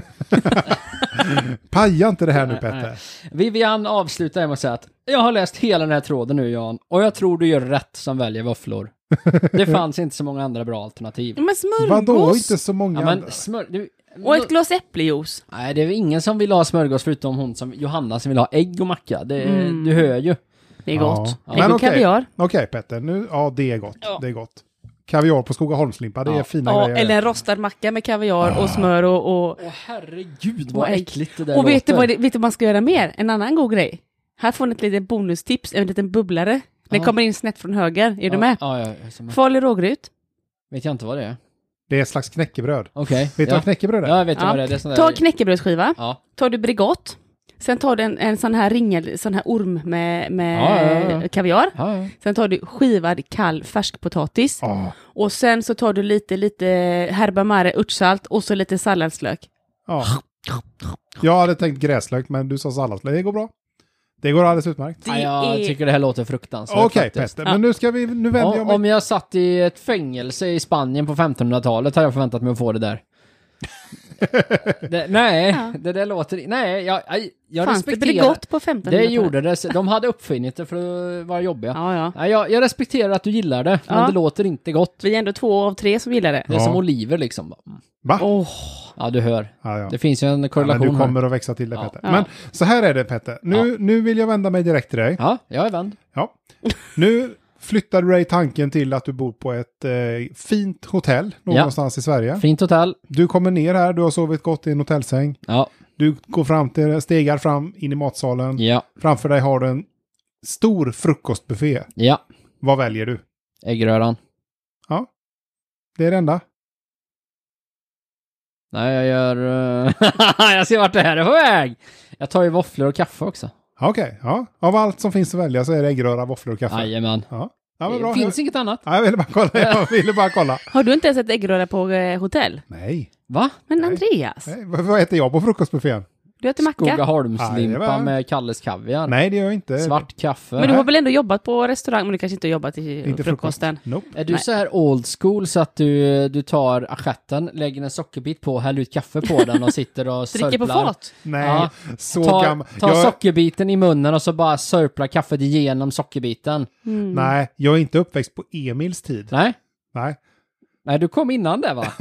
Speaker 1: Paja inte det här nu,
Speaker 2: Nej,
Speaker 1: Petter.
Speaker 2: nej. Vivian avslutar med att säga att jag har läst hela den här tråden nu, Jan, och jag tror du gör rätt som väljer våfflor. Det fanns inte så många andra bra alternativ.
Speaker 3: Men smörgås.
Speaker 1: Vadå? Inte så många
Speaker 2: Ja, men
Speaker 1: andra.
Speaker 2: smör... Du...
Speaker 3: Och ett glas äppeljuice.
Speaker 2: Nej, det är väl ingen som vill ha smörgås förutom hon som Johanna som vill ha ägg och macka. Det,
Speaker 3: Mm.
Speaker 2: Du hör ju.
Speaker 3: Det är
Speaker 1: Ja.
Speaker 3: gott.
Speaker 1: Ja.
Speaker 3: Ägg
Speaker 1: Men
Speaker 3: och
Speaker 1: okej.
Speaker 3: kaviar.
Speaker 1: Okej, Petter. Nu, ja, det är gott.
Speaker 3: Ja.
Speaker 1: Det är gott. Kaviar på Skogaholmslimpa, det är
Speaker 2: Ja.
Speaker 1: fina
Speaker 3: Ja,
Speaker 1: grejer.
Speaker 3: eller en rostad macka med kaviar och smör och... och
Speaker 2: Åh herregud
Speaker 3: Och
Speaker 2: vad
Speaker 3: ägg.
Speaker 2: äckligt det där
Speaker 3: Och vet du,
Speaker 2: låter.
Speaker 3: vad det, vet du vad man ska göra mer? En annan god grej. Här får ni ett litet bonustips, en liten bubblare. Den
Speaker 2: Ja.
Speaker 3: kommer in snett från höger. Är
Speaker 2: ja,
Speaker 3: du med?
Speaker 2: Ja, ja, ja, som-
Speaker 3: Farlig rågryt.
Speaker 2: vet jag inte vad det är.
Speaker 1: Det är ett slags knäckebröd.
Speaker 2: Okej.
Speaker 1: Vet du
Speaker 2: ja.
Speaker 1: vad knäckebröd är?
Speaker 2: Ja, jag vet
Speaker 3: Ja.
Speaker 2: vad det är. Det är sån
Speaker 3: Ta
Speaker 2: där...
Speaker 3: en knäckebrödsskiva.
Speaker 2: Ja.
Speaker 3: Tar du Bregott. Sen tar du en, en sån här ringel, sån här orm med, med
Speaker 2: Ja, ja, ja.
Speaker 3: kaviar.
Speaker 2: Ja, ja.
Speaker 3: Sen tar du skivad kall färskpotatis.
Speaker 1: Ja.
Speaker 3: Och sen så tar du lite, lite herba mare, örtsalt och så lite salladslök.
Speaker 1: Ja. Jag hade tänkt gräslök, men du sa salladslök. Det går bra. Det går alldeles utmärkt.
Speaker 3: Det
Speaker 2: Ja, jag
Speaker 3: är-
Speaker 2: tycker det här låter fruktansvärt.
Speaker 1: Okej,
Speaker 2: faktiskt.
Speaker 1: Petter.
Speaker 3: Ja.
Speaker 1: Men nu ska vi... Nu vänder jag
Speaker 2: Om,
Speaker 1: mig...
Speaker 2: om jag satt i ett fängelse i Spanien på femtonhundratalet hade jag förväntat mig att få det där. det, nej,
Speaker 3: Ja.
Speaker 2: det där låter... Nej, jag, jag, jag
Speaker 3: Fanns det
Speaker 2: respekterar...
Speaker 3: Bregott på
Speaker 2: Det
Speaker 3: femtonhundratalet?
Speaker 2: gjorde det. De hade uppfinnit det för att vara jobbiga.
Speaker 3: Ja, ja.
Speaker 2: Nej, jag, jag respekterar att du gillar det, men
Speaker 3: Ja.
Speaker 2: det låter inte gott.
Speaker 3: Vi är ändå två av tre som gillar det.
Speaker 2: Det är
Speaker 1: Ja.
Speaker 2: som oliver liksom. Mm.
Speaker 1: Va?
Speaker 3: Åh,
Speaker 2: Ja, du hör.
Speaker 1: Ja, ja.
Speaker 2: Det finns ju en
Speaker 1: Ja, men
Speaker 2: korrelation
Speaker 1: du kommer
Speaker 2: här.
Speaker 1: att växa till det,
Speaker 2: Ja.
Speaker 1: Petter.
Speaker 3: Ja.
Speaker 1: Men så här är det, Petter. Nu,
Speaker 2: Ja.
Speaker 1: nu vill jag vända mig direkt till dig.
Speaker 2: Ja, jag är vänd.
Speaker 1: Ja. Nu flyttar du dig tanken till att du bor på ett eh, fint hotell någonstans i Sverige.
Speaker 2: Fint hotell.
Speaker 1: Du kommer ner här, du har sovit gott i en hotellsäng.
Speaker 2: Ja,
Speaker 1: Du går fram till, stegar fram in i matsalen.
Speaker 2: ja,
Speaker 1: Framför dig har du en stor frukostbuffé.
Speaker 2: ja.
Speaker 1: Vad väljer du?
Speaker 2: Äggröran.
Speaker 1: Det är det enda.
Speaker 2: Nej, jag gör... eh, jag ser vart det här är på väg! Jag tar ju våfflor och kaffe också.
Speaker 1: Ja, Okej, ja. Av allt som finns att välja så är det äggröra, våfflor och kaffe.
Speaker 2: Jajamän.
Speaker 1: Ja, ja men bra.
Speaker 2: Det finns inget annat.
Speaker 1: Ja, jag ville bara kolla. Jag ville bara kolla.
Speaker 3: har du inte ens ett äggröra på eh, hotell?
Speaker 1: Nej.
Speaker 2: Va?
Speaker 3: Men
Speaker 1: Nej.
Speaker 3: Andreas,
Speaker 1: Nej. Vad vad äter jag på frukostbuffén?
Speaker 3: du äter macka.
Speaker 2: Skogaholmslimpa
Speaker 1: Jajamän.
Speaker 2: med Kalles kaviar.
Speaker 1: Nej, det gör jag inte.
Speaker 2: Svart kaffe.
Speaker 3: Men du har väl ändå jobbat på restaurang, men du kanske inte har jobbat i
Speaker 1: Inte
Speaker 3: frukosten?
Speaker 1: Nope.
Speaker 2: Är du
Speaker 3: Nej.
Speaker 2: så här old school så att du, du tar assietten, lägger en sockerbit på, häller ut kaffe på den och sitter och
Speaker 3: Dricker på
Speaker 2: sörplar?
Speaker 3: fat?
Speaker 1: Nej,
Speaker 2: Ja.
Speaker 1: så
Speaker 2: Ta,
Speaker 1: gammal.
Speaker 2: ta
Speaker 1: Jag,
Speaker 2: sockerbiten i munnen och så bara sörplar kaffet igenom sockerbiten.
Speaker 3: Mm.
Speaker 1: nej, jag är inte uppväxt på Emils tid.
Speaker 2: Nej?
Speaker 1: Nej.
Speaker 2: Nej, du kom innan det va?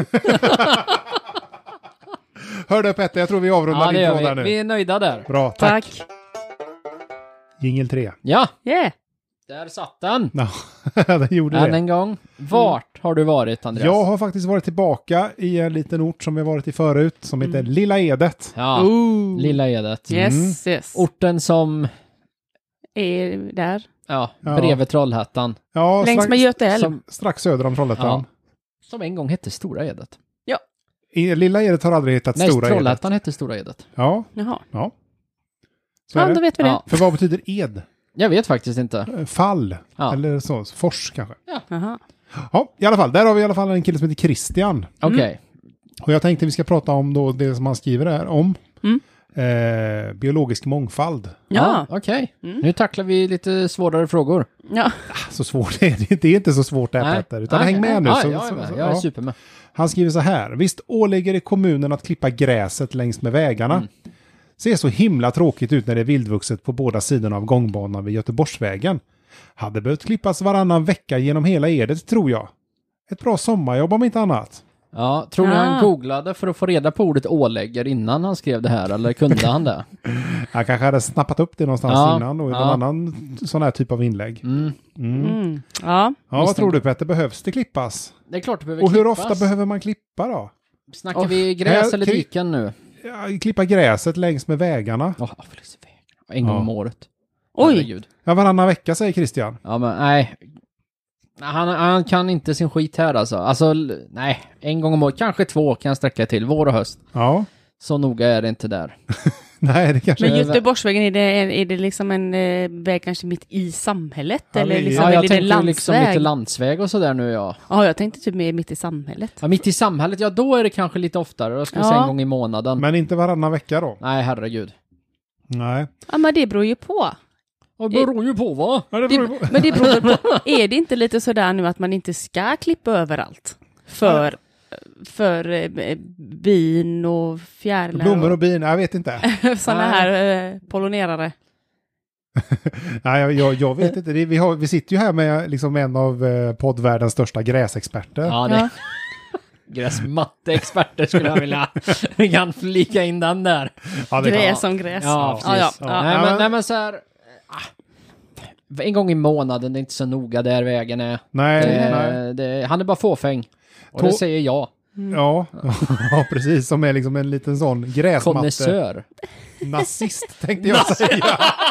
Speaker 1: Hör du Petter, jag tror vi avrundar
Speaker 2: Ja, det
Speaker 1: din
Speaker 2: gör
Speaker 1: fråga
Speaker 2: vi.
Speaker 1: nu.
Speaker 2: Vi är nöjda där.
Speaker 1: Bra, tack.
Speaker 3: Tack.
Speaker 1: Jingel tre.
Speaker 2: Ja,
Speaker 3: Yeah.
Speaker 2: där satt den.
Speaker 1: Ja, den gjorde
Speaker 2: Än
Speaker 1: det.
Speaker 2: en gång. Vart har du varit, Andreas?
Speaker 1: Jag har faktiskt varit tillbaka i en liten ort som vi varit i förut, som heter
Speaker 3: Mm.
Speaker 1: Lilla Edet.
Speaker 2: Ja,
Speaker 3: Ooh.
Speaker 2: Lilla Edet.
Speaker 3: Yes, yes.
Speaker 2: Orten som,
Speaker 3: Är där.
Speaker 2: ja,
Speaker 1: Ja.
Speaker 2: bredvid Trollhättan.
Speaker 1: Ja,
Speaker 3: Längs
Speaker 1: strax,
Speaker 3: med Göte älv.
Speaker 2: Som,
Speaker 1: strax söder om Trollhättan.
Speaker 2: ja, som en gång hette Stora Edet.
Speaker 1: I, Lilla Edet har aldrig hetat
Speaker 2: Nej,
Speaker 1: Stora Edet.
Speaker 2: Trollhättan hette Stora Edet.
Speaker 1: Ja,
Speaker 3: Jaha.
Speaker 1: ja. Så är
Speaker 3: Ja,
Speaker 1: det.
Speaker 3: då vet vi det.
Speaker 2: Ja.
Speaker 1: För vad betyder ed?
Speaker 2: Jag vet faktiskt inte.
Speaker 1: Eh, Fall.
Speaker 2: Ja.
Speaker 1: Eller så, fors kanske.
Speaker 3: Jaha.
Speaker 1: Ja, i alla fall. Där har vi i alla fall en kille som heter Christian.
Speaker 2: Okej.
Speaker 1: Och jag tänkte vi ska prata om då det som han skriver här om.
Speaker 3: Mm.
Speaker 1: Eh, biologisk mångfald.
Speaker 3: Ja.
Speaker 2: Okej.
Speaker 3: Mm.
Speaker 2: Nu tacklar vi lite svårare frågor.
Speaker 3: Ja.
Speaker 1: Så svårt är det. Det är inte så svårt det här Petter. Utan
Speaker 2: Nej.
Speaker 1: häng med nu.
Speaker 2: Ja,
Speaker 1: så,
Speaker 2: jag är
Speaker 1: så,
Speaker 2: med.
Speaker 1: så,
Speaker 2: Jag är
Speaker 1: ja.
Speaker 2: super med.
Speaker 1: Han skriver så här. Visst ålägger det kommunen att klippa gräset längs med vägarna.
Speaker 2: Mm.
Speaker 1: Ser så himla tråkigt ut när det är vildvuxet på båda sidorna av gångbanan vid Göteborgsvägen. Hade behövt klippas varannan vecka genom hela Edet tror jag. Ett bra sommarjobb om inte annat.
Speaker 2: Ja, tror ni
Speaker 3: Ah.
Speaker 2: han googlade för att få reda på ordet ålägger innan han skrev det här, eller kunde han det?
Speaker 1: Han kanske hade snappat upp det någonstans
Speaker 2: Ja,
Speaker 1: innan och i någon
Speaker 2: ja.
Speaker 1: annan sån här typ av inlägg.
Speaker 2: Mm.
Speaker 1: Mm.
Speaker 3: Mm. Ja.
Speaker 1: Ja, vad tror du Petter? Behövs det klippas?
Speaker 2: Det är klart det behöver
Speaker 1: Och hur
Speaker 2: klippas.
Speaker 1: ofta behöver man klippa då?
Speaker 2: Snackar
Speaker 3: Oh.
Speaker 2: vi gräs
Speaker 1: Här-
Speaker 2: eller
Speaker 1: kan-
Speaker 2: diken nu?
Speaker 1: Ja, klippa gräset längs med vägarna.
Speaker 2: Åh, oh, en gång
Speaker 1: Ja.
Speaker 2: om året.
Speaker 3: Oj.
Speaker 2: Herregud.
Speaker 1: Ja, varannan vecka säger Christian.
Speaker 2: Ja, men nej. Han, han kan inte sin skit här alltså. Alltså, l- nej. En gång om året. Kanske två kan jag sträcka till. Vår och höst.
Speaker 1: Ja,
Speaker 2: Så noga är det inte där.
Speaker 1: nej det kanske
Speaker 3: Men
Speaker 1: är...
Speaker 3: Göteborgsvägen, är det, är det liksom en eh, väg kanske mitt i samhället?
Speaker 1: Ja,
Speaker 3: eller
Speaker 1: det är-
Speaker 3: liksom,
Speaker 2: Ja, jag
Speaker 3: eller är det
Speaker 2: tänkte liksom
Speaker 3: landsväg?
Speaker 2: lite landsväg och sådär nu, ja.
Speaker 3: Ja, jag tänkte typ mer mitt i samhället.
Speaker 2: Ja, mitt i samhället, ja då är det kanske lite oftare. Jag skulle säga
Speaker 3: Ja.
Speaker 2: en gång i månaden.
Speaker 1: Men inte varannan vecka då?
Speaker 2: Nej, herregud.
Speaker 1: Nej.
Speaker 3: Ja, men det beror ju på.
Speaker 2: Det beror ju på, va?
Speaker 1: Ja, det
Speaker 3: Det,
Speaker 1: beror på.
Speaker 3: men det beror väl på. Är det inte lite sådär nu att man inte ska klippa överallt? För, för eh, bin och fjärilar
Speaker 1: Blommor och bin, jag vet inte.
Speaker 3: och sådana
Speaker 2: Nej.
Speaker 3: här eh, pollinerare.
Speaker 1: Nej, jag, jag, jag vet inte. Det, vi, har, vi sitter ju här med liksom en av eh, poddvärldens största gräsexperter.
Speaker 2: Ja, det...
Speaker 3: Ja.
Speaker 2: Gräsmatteexperter skulle jag vilja. Vi kan flika in den där.
Speaker 1: Ja, det kan-
Speaker 3: Gräs som gräs.
Speaker 2: Ja,
Speaker 3: ja, ja,
Speaker 2: precis.
Speaker 3: ja.
Speaker 2: Nej,
Speaker 1: Ja,
Speaker 2: men,
Speaker 1: men-
Speaker 2: nej, men så här... ah, En gång i månaden, det är inte så noga där vägen är.
Speaker 1: Nej,
Speaker 2: Det,
Speaker 1: nej.
Speaker 2: det, han är bara fåfäng. Och
Speaker 1: Tå-
Speaker 2: det säger jag.
Speaker 1: Ja, ja, precis. Som är liksom en liten sån gräsmatte.
Speaker 2: Konnässör.
Speaker 1: Nazist tänkte jag säga.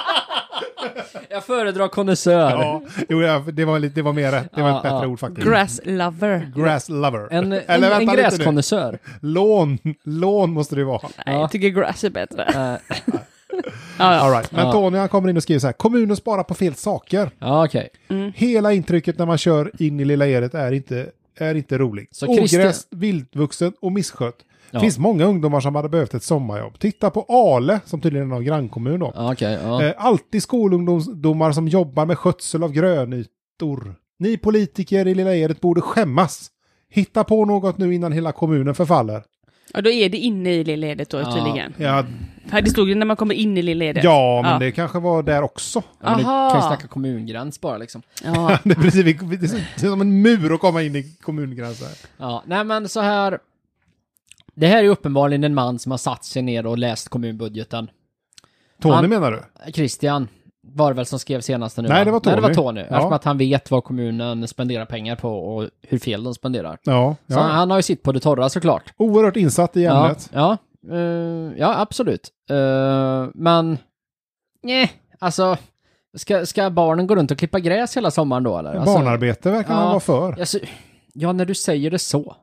Speaker 2: Jag föredrar konnässör.
Speaker 1: Ja, jo, ja, det, var lite, det var mer rätt. Det var
Speaker 2: Ja,
Speaker 1: ett bättre
Speaker 2: ja.
Speaker 1: ord faktiskt.
Speaker 3: Grass lover.
Speaker 1: Grass lover.
Speaker 2: En, en,
Speaker 1: Eller
Speaker 2: en
Speaker 1: vänta lite nu.
Speaker 2: gräskonnässör.
Speaker 1: Lån, lån måste det vara.
Speaker 3: Nej, jag tycker grass är bättre.
Speaker 2: Eh,
Speaker 3: Ja, ja.
Speaker 1: All right. Men
Speaker 2: Ja.
Speaker 1: Tony han kommer in och skriver så här. Kommunen sparar på fel saker.
Speaker 2: Ja, okej.
Speaker 1: Hela intrycket när man kör in i Lilla Edet är inte, är inte roligt.
Speaker 2: Så Christian-
Speaker 1: Ogräs, vildvuxen och misskött.
Speaker 2: Ja.
Speaker 1: Finns många ungdomar som hade behövt ett sommarjobb. Titta på Ale, som tydligen är en av grannkommun då.
Speaker 2: Ja, okej. Ja.
Speaker 1: Eh, alltid skolungdomar som jobbar med skötsel av grönytor. Ni politiker i Lilla Edet borde skämmas. Hitta på något nu innan hela kommunen förfaller.
Speaker 3: Ja, då är det inne i lilledet då
Speaker 2: Ja.
Speaker 3: tydligen.
Speaker 1: Ja,
Speaker 3: Här, det stod ju när man kommer in i lilledet.
Speaker 1: ja men
Speaker 3: Ja.
Speaker 1: det kanske var där också.
Speaker 2: Ja, men det
Speaker 3: Aha.
Speaker 2: kan ju snacka kommungräns bara liksom.
Speaker 3: Ja.
Speaker 1: Det är, precis, vi- det är som en mur att komma in i kommungränsen.
Speaker 2: Ja, nej men så här. Det här är ju uppenbarligen en man som har satt sig ner och läst kommunbudgeten.
Speaker 1: Tony
Speaker 2: Han-
Speaker 1: menar du?
Speaker 2: Christian var det väl som skrev senaste nu?
Speaker 1: Nej,
Speaker 2: va?
Speaker 1: det var
Speaker 2: Nej, det var
Speaker 1: Tony.
Speaker 2: Tony.
Speaker 1: Ja.
Speaker 2: Eftersom att han vet vad kommunen spenderar pengar på och hur fel de spenderar.
Speaker 1: Ja,
Speaker 2: Så
Speaker 1: ja.
Speaker 2: han, han har ju sitt på det torra såklart.
Speaker 1: Oerhört insatt i
Speaker 2: Ja,
Speaker 1: ämnet.
Speaker 2: ja, eh, ja absolut. Eh, men, nej, alltså, ska, ska barnen gå runt och klippa gräs hela sommaren då eller? Alltså,
Speaker 1: Barnarbete verkar man
Speaker 2: ja.
Speaker 1: vara för.
Speaker 2: Alltså, ja, när du säger det så.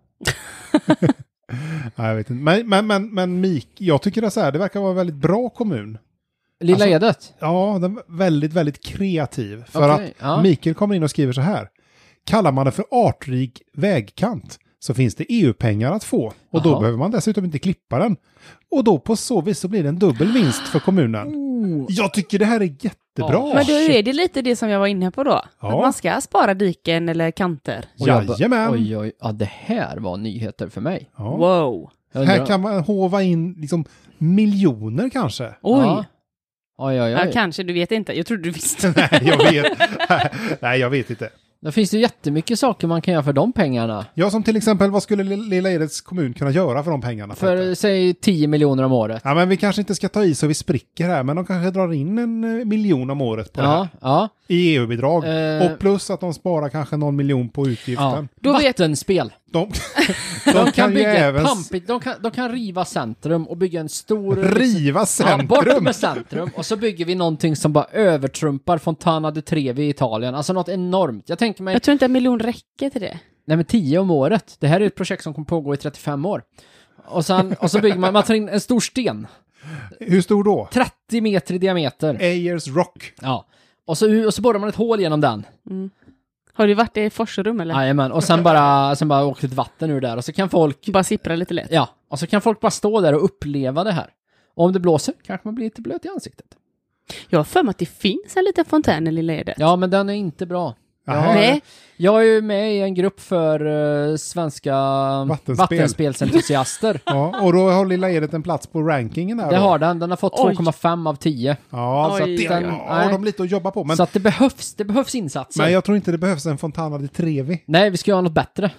Speaker 1: Nej, jag vet inte. Men, men, men, men Mik, jag tycker det är så här, det verkar vara en väldigt bra kommun.
Speaker 2: Lilla
Speaker 1: Alltså,
Speaker 2: Edet.
Speaker 1: Ja, den är väldigt, väldigt kreativ. För
Speaker 2: Okej,
Speaker 1: att
Speaker 2: ja.
Speaker 1: Mikael kommer in och skriver så här. Kallar man det för artrik vägkant så finns det E U-pengar att få. Och då
Speaker 2: Jaha.
Speaker 1: behöver man dessutom inte klippa den. Och då på så vis så blir det en dubbel vinst för kommunen.
Speaker 2: Oh.
Speaker 1: Jag tycker det här är jättebra.
Speaker 2: Ja.
Speaker 3: Men då är det lite det som jag var inne på då.
Speaker 1: Ja.
Speaker 3: Att man ska spara diken eller kanter.
Speaker 2: Och jag bara,
Speaker 1: Jajamän.
Speaker 2: Oj, oj, ja det här var nyheter för mig.
Speaker 1: Ja.
Speaker 3: Wow.
Speaker 2: Jag undrar-
Speaker 1: Här kan man hova in liksom miljoner kanske.
Speaker 3: Oj.
Speaker 2: Ja. Oj, oj, oj.
Speaker 3: Ja, kanske. Du vet inte. Jag trodde du visste.
Speaker 1: Nej, jag vet. Nej, jag vet inte.
Speaker 2: Det finns ju jättemycket saker man kan göra för de pengarna.
Speaker 1: Ja, som till exempel, vad skulle Lilla Edets kommun kunna göra för de pengarna?
Speaker 2: För,
Speaker 1: Petter?
Speaker 2: säg tio miljoner om året.
Speaker 1: Ja, men vi kanske inte ska ta i så vi spricker här, men de kanske drar in en eh, miljon om året på det här.
Speaker 2: Ja, ja.
Speaker 1: I E U-bidrag.
Speaker 2: Eh.
Speaker 1: Och plus att de sparar kanske någon miljon på
Speaker 2: ja.
Speaker 1: utgiften.
Speaker 3: Då vet-
Speaker 2: Vattenspel.
Speaker 1: De,
Speaker 2: De,
Speaker 1: de
Speaker 2: kan
Speaker 1: kan ju
Speaker 2: bygga
Speaker 1: även
Speaker 2: ett pampigt, de kan, de kan riva centrum och bygga en stor...
Speaker 1: riva
Speaker 2: Ja, bort
Speaker 1: centrum.
Speaker 2: med centrum och så bygger vi någonting som bara övertrumpar Fontana di Trevi i Italien. Alltså något enormt. Jag tänker mig,
Speaker 3: Jag tror inte en miljon räcker till det.
Speaker 2: nej men tio om året. Det här är ett projekt som kommer pågå i trettiofem år. Och, sen, och så bygger man, man tar in en stor sten.
Speaker 1: Hur stor då?
Speaker 2: trettio meter i diameter.
Speaker 1: Ayers Rock.
Speaker 2: Ja. Och så, och så borrar man ett hål genom den.
Speaker 3: Har du varit i Forserum eller?
Speaker 2: Jajamän. Och sen bara, sen bara åker ett vatten ur där. Och så kan folk,
Speaker 3: Bara sippra lite lätt.
Speaker 2: ja. Och så kan folk bara stå där och uppleva det här. Och om det blåser kanske man blir lite blöt i ansiktet.
Speaker 3: Jag har för mig att det finns en liten fontän i Lilla Edet.
Speaker 2: Ja, men den är inte bra. Jag
Speaker 1: Aha.
Speaker 2: har,
Speaker 3: Nej.
Speaker 2: Jag är ju med i en grupp för uh, svenska
Speaker 1: Vattenspel.
Speaker 2: vattenspelsentusiaster.
Speaker 1: Ja, och då har Lilla Edet en plats på rankingen där.
Speaker 2: Det
Speaker 1: då.
Speaker 2: har den. Den har fått
Speaker 3: Oj.
Speaker 2: två komma fem av tio.
Speaker 1: Ja, så att
Speaker 3: Oj.
Speaker 1: det
Speaker 2: Den-
Speaker 1: har
Speaker 2: nej.
Speaker 1: de lite att jobba på. Men,
Speaker 2: Så att det behövs, det behövs insatser.
Speaker 1: men jag tror inte det behövs en Fontana di Trevi.
Speaker 2: Nej, vi ska göra något bättre.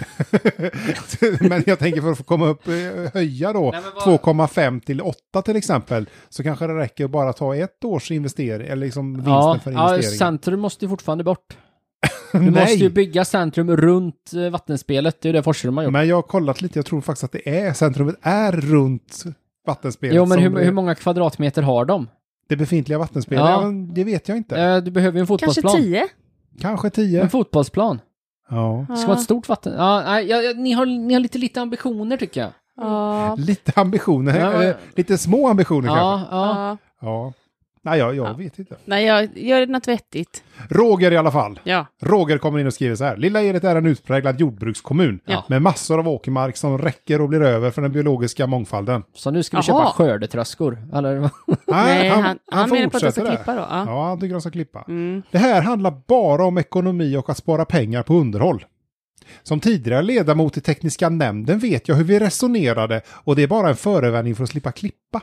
Speaker 1: Men jag tänker för att få komma upp, eh, höja då
Speaker 2: Nej, men vad-
Speaker 1: två komma fem till åtta till exempel, så kanske det räcker att bara ta ett års investering, eller liksom vinsten
Speaker 2: Ja,
Speaker 1: för
Speaker 2: ja,
Speaker 1: investeringen.
Speaker 2: centrum måste ju fortfarande bort. Du
Speaker 1: Nej,
Speaker 2: måste ju bygga centrum runt eh, vattenspelet. Det är ju det Forslund har gjort.
Speaker 1: men jag har kollat lite, jag tror faktiskt att det är, centrumet är runt vattenspelet.
Speaker 2: Jo, men
Speaker 1: som
Speaker 2: hur, hur många kvadratmeter har de?
Speaker 1: det befintliga vattenspelet,
Speaker 2: Ja.
Speaker 1: ja. men det vet jag inte.
Speaker 2: Eh, du behöver ju en
Speaker 3: Kanske
Speaker 2: fotbollsplan.
Speaker 3: tio?
Speaker 1: Kanske tio.
Speaker 2: En fotbollsplan.
Speaker 1: Ja.
Speaker 2: Det ska vara ett stort vatten. Ja, nej, ja, ja, ni, har, ni har lite lite ambitioner tycker jag.
Speaker 3: Ja.
Speaker 1: Lite ambitioner,
Speaker 2: Ja, men-
Speaker 1: eller lite små ambitioner kanske.
Speaker 2: Ja, ja.
Speaker 3: Ja.
Speaker 1: Ja. Nej, jag, jag
Speaker 3: Ja.
Speaker 1: vet inte.
Speaker 3: Nej, jag gör något vettigt.
Speaker 1: Roger i alla fall.
Speaker 3: Ja.
Speaker 1: Roger kommer in och skriver så här. Lilla Edet är en utpräglad jordbrukskommun.
Speaker 2: Ja.
Speaker 1: Med massor av åkermark som räcker och blir över för den biologiska mångfalden.
Speaker 2: Så nu ska vi
Speaker 3: Jaha.
Speaker 2: köpa skördetröskor. Eller?
Speaker 3: Nej, han, han, menar på att jag ska
Speaker 1: fortsätter där.
Speaker 3: klippa då. Ja.
Speaker 1: Ja, han tycker de ska klippa.
Speaker 3: Mm.
Speaker 1: Det här handlar bara om ekonomi och att spara pengar på underhåll. Som tidigare ledamot i tekniska nämnden vet jag hur vi resonerade och det är bara en förevändning för att slippa klippa.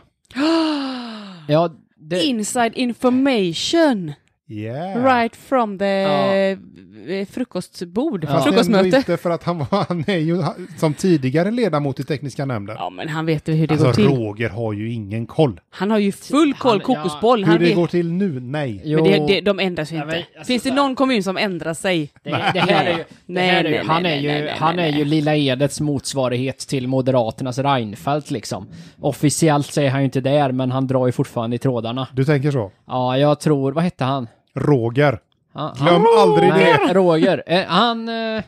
Speaker 2: Ja, det,
Speaker 3: Inside information.
Speaker 1: Yeah.
Speaker 3: Right from the
Speaker 2: Ja.
Speaker 3: eh, frukostbord.
Speaker 2: Ja.
Speaker 1: Fast ändå
Speaker 3: Frukostmöte.
Speaker 1: inte för att han, var, han är ju som tidigare ledamot i tekniska nämnden.
Speaker 3: Ja, men han vet ju hur det går
Speaker 1: Alltså
Speaker 3: till.
Speaker 1: Roger har ju ingen koll.
Speaker 3: Han har ju full koll,
Speaker 2: Han- ja.
Speaker 3: kokosboll.
Speaker 1: Hur
Speaker 3: Han
Speaker 1: det
Speaker 3: vet.
Speaker 1: går till nu, nej.
Speaker 2: jo,
Speaker 3: Men det, det, de ändras ju
Speaker 2: Ja,
Speaker 3: inte.
Speaker 2: men, alltså,
Speaker 3: Finns det
Speaker 2: så-
Speaker 3: någon kommun som ändrar sig?
Speaker 2: det, det här är ju, det
Speaker 3: Nej,
Speaker 2: här är ju
Speaker 3: nej,
Speaker 2: han
Speaker 3: nej,
Speaker 2: är ju,
Speaker 3: nej, nej,
Speaker 2: han är
Speaker 3: nej,
Speaker 2: ju
Speaker 3: nej.
Speaker 2: Lilla Edets motsvarighet till Moderaternas Reinfeldt liksom. Officiellt säger han ju inte där, men han drar ju fortfarande i trådarna.
Speaker 1: Du tänker så?
Speaker 2: Ja, jag tror, vad hette han?
Speaker 1: Roger.
Speaker 2: Ja,
Speaker 1: Glöm aldrig det.
Speaker 2: Nej, Roger. Eh, Han... eh,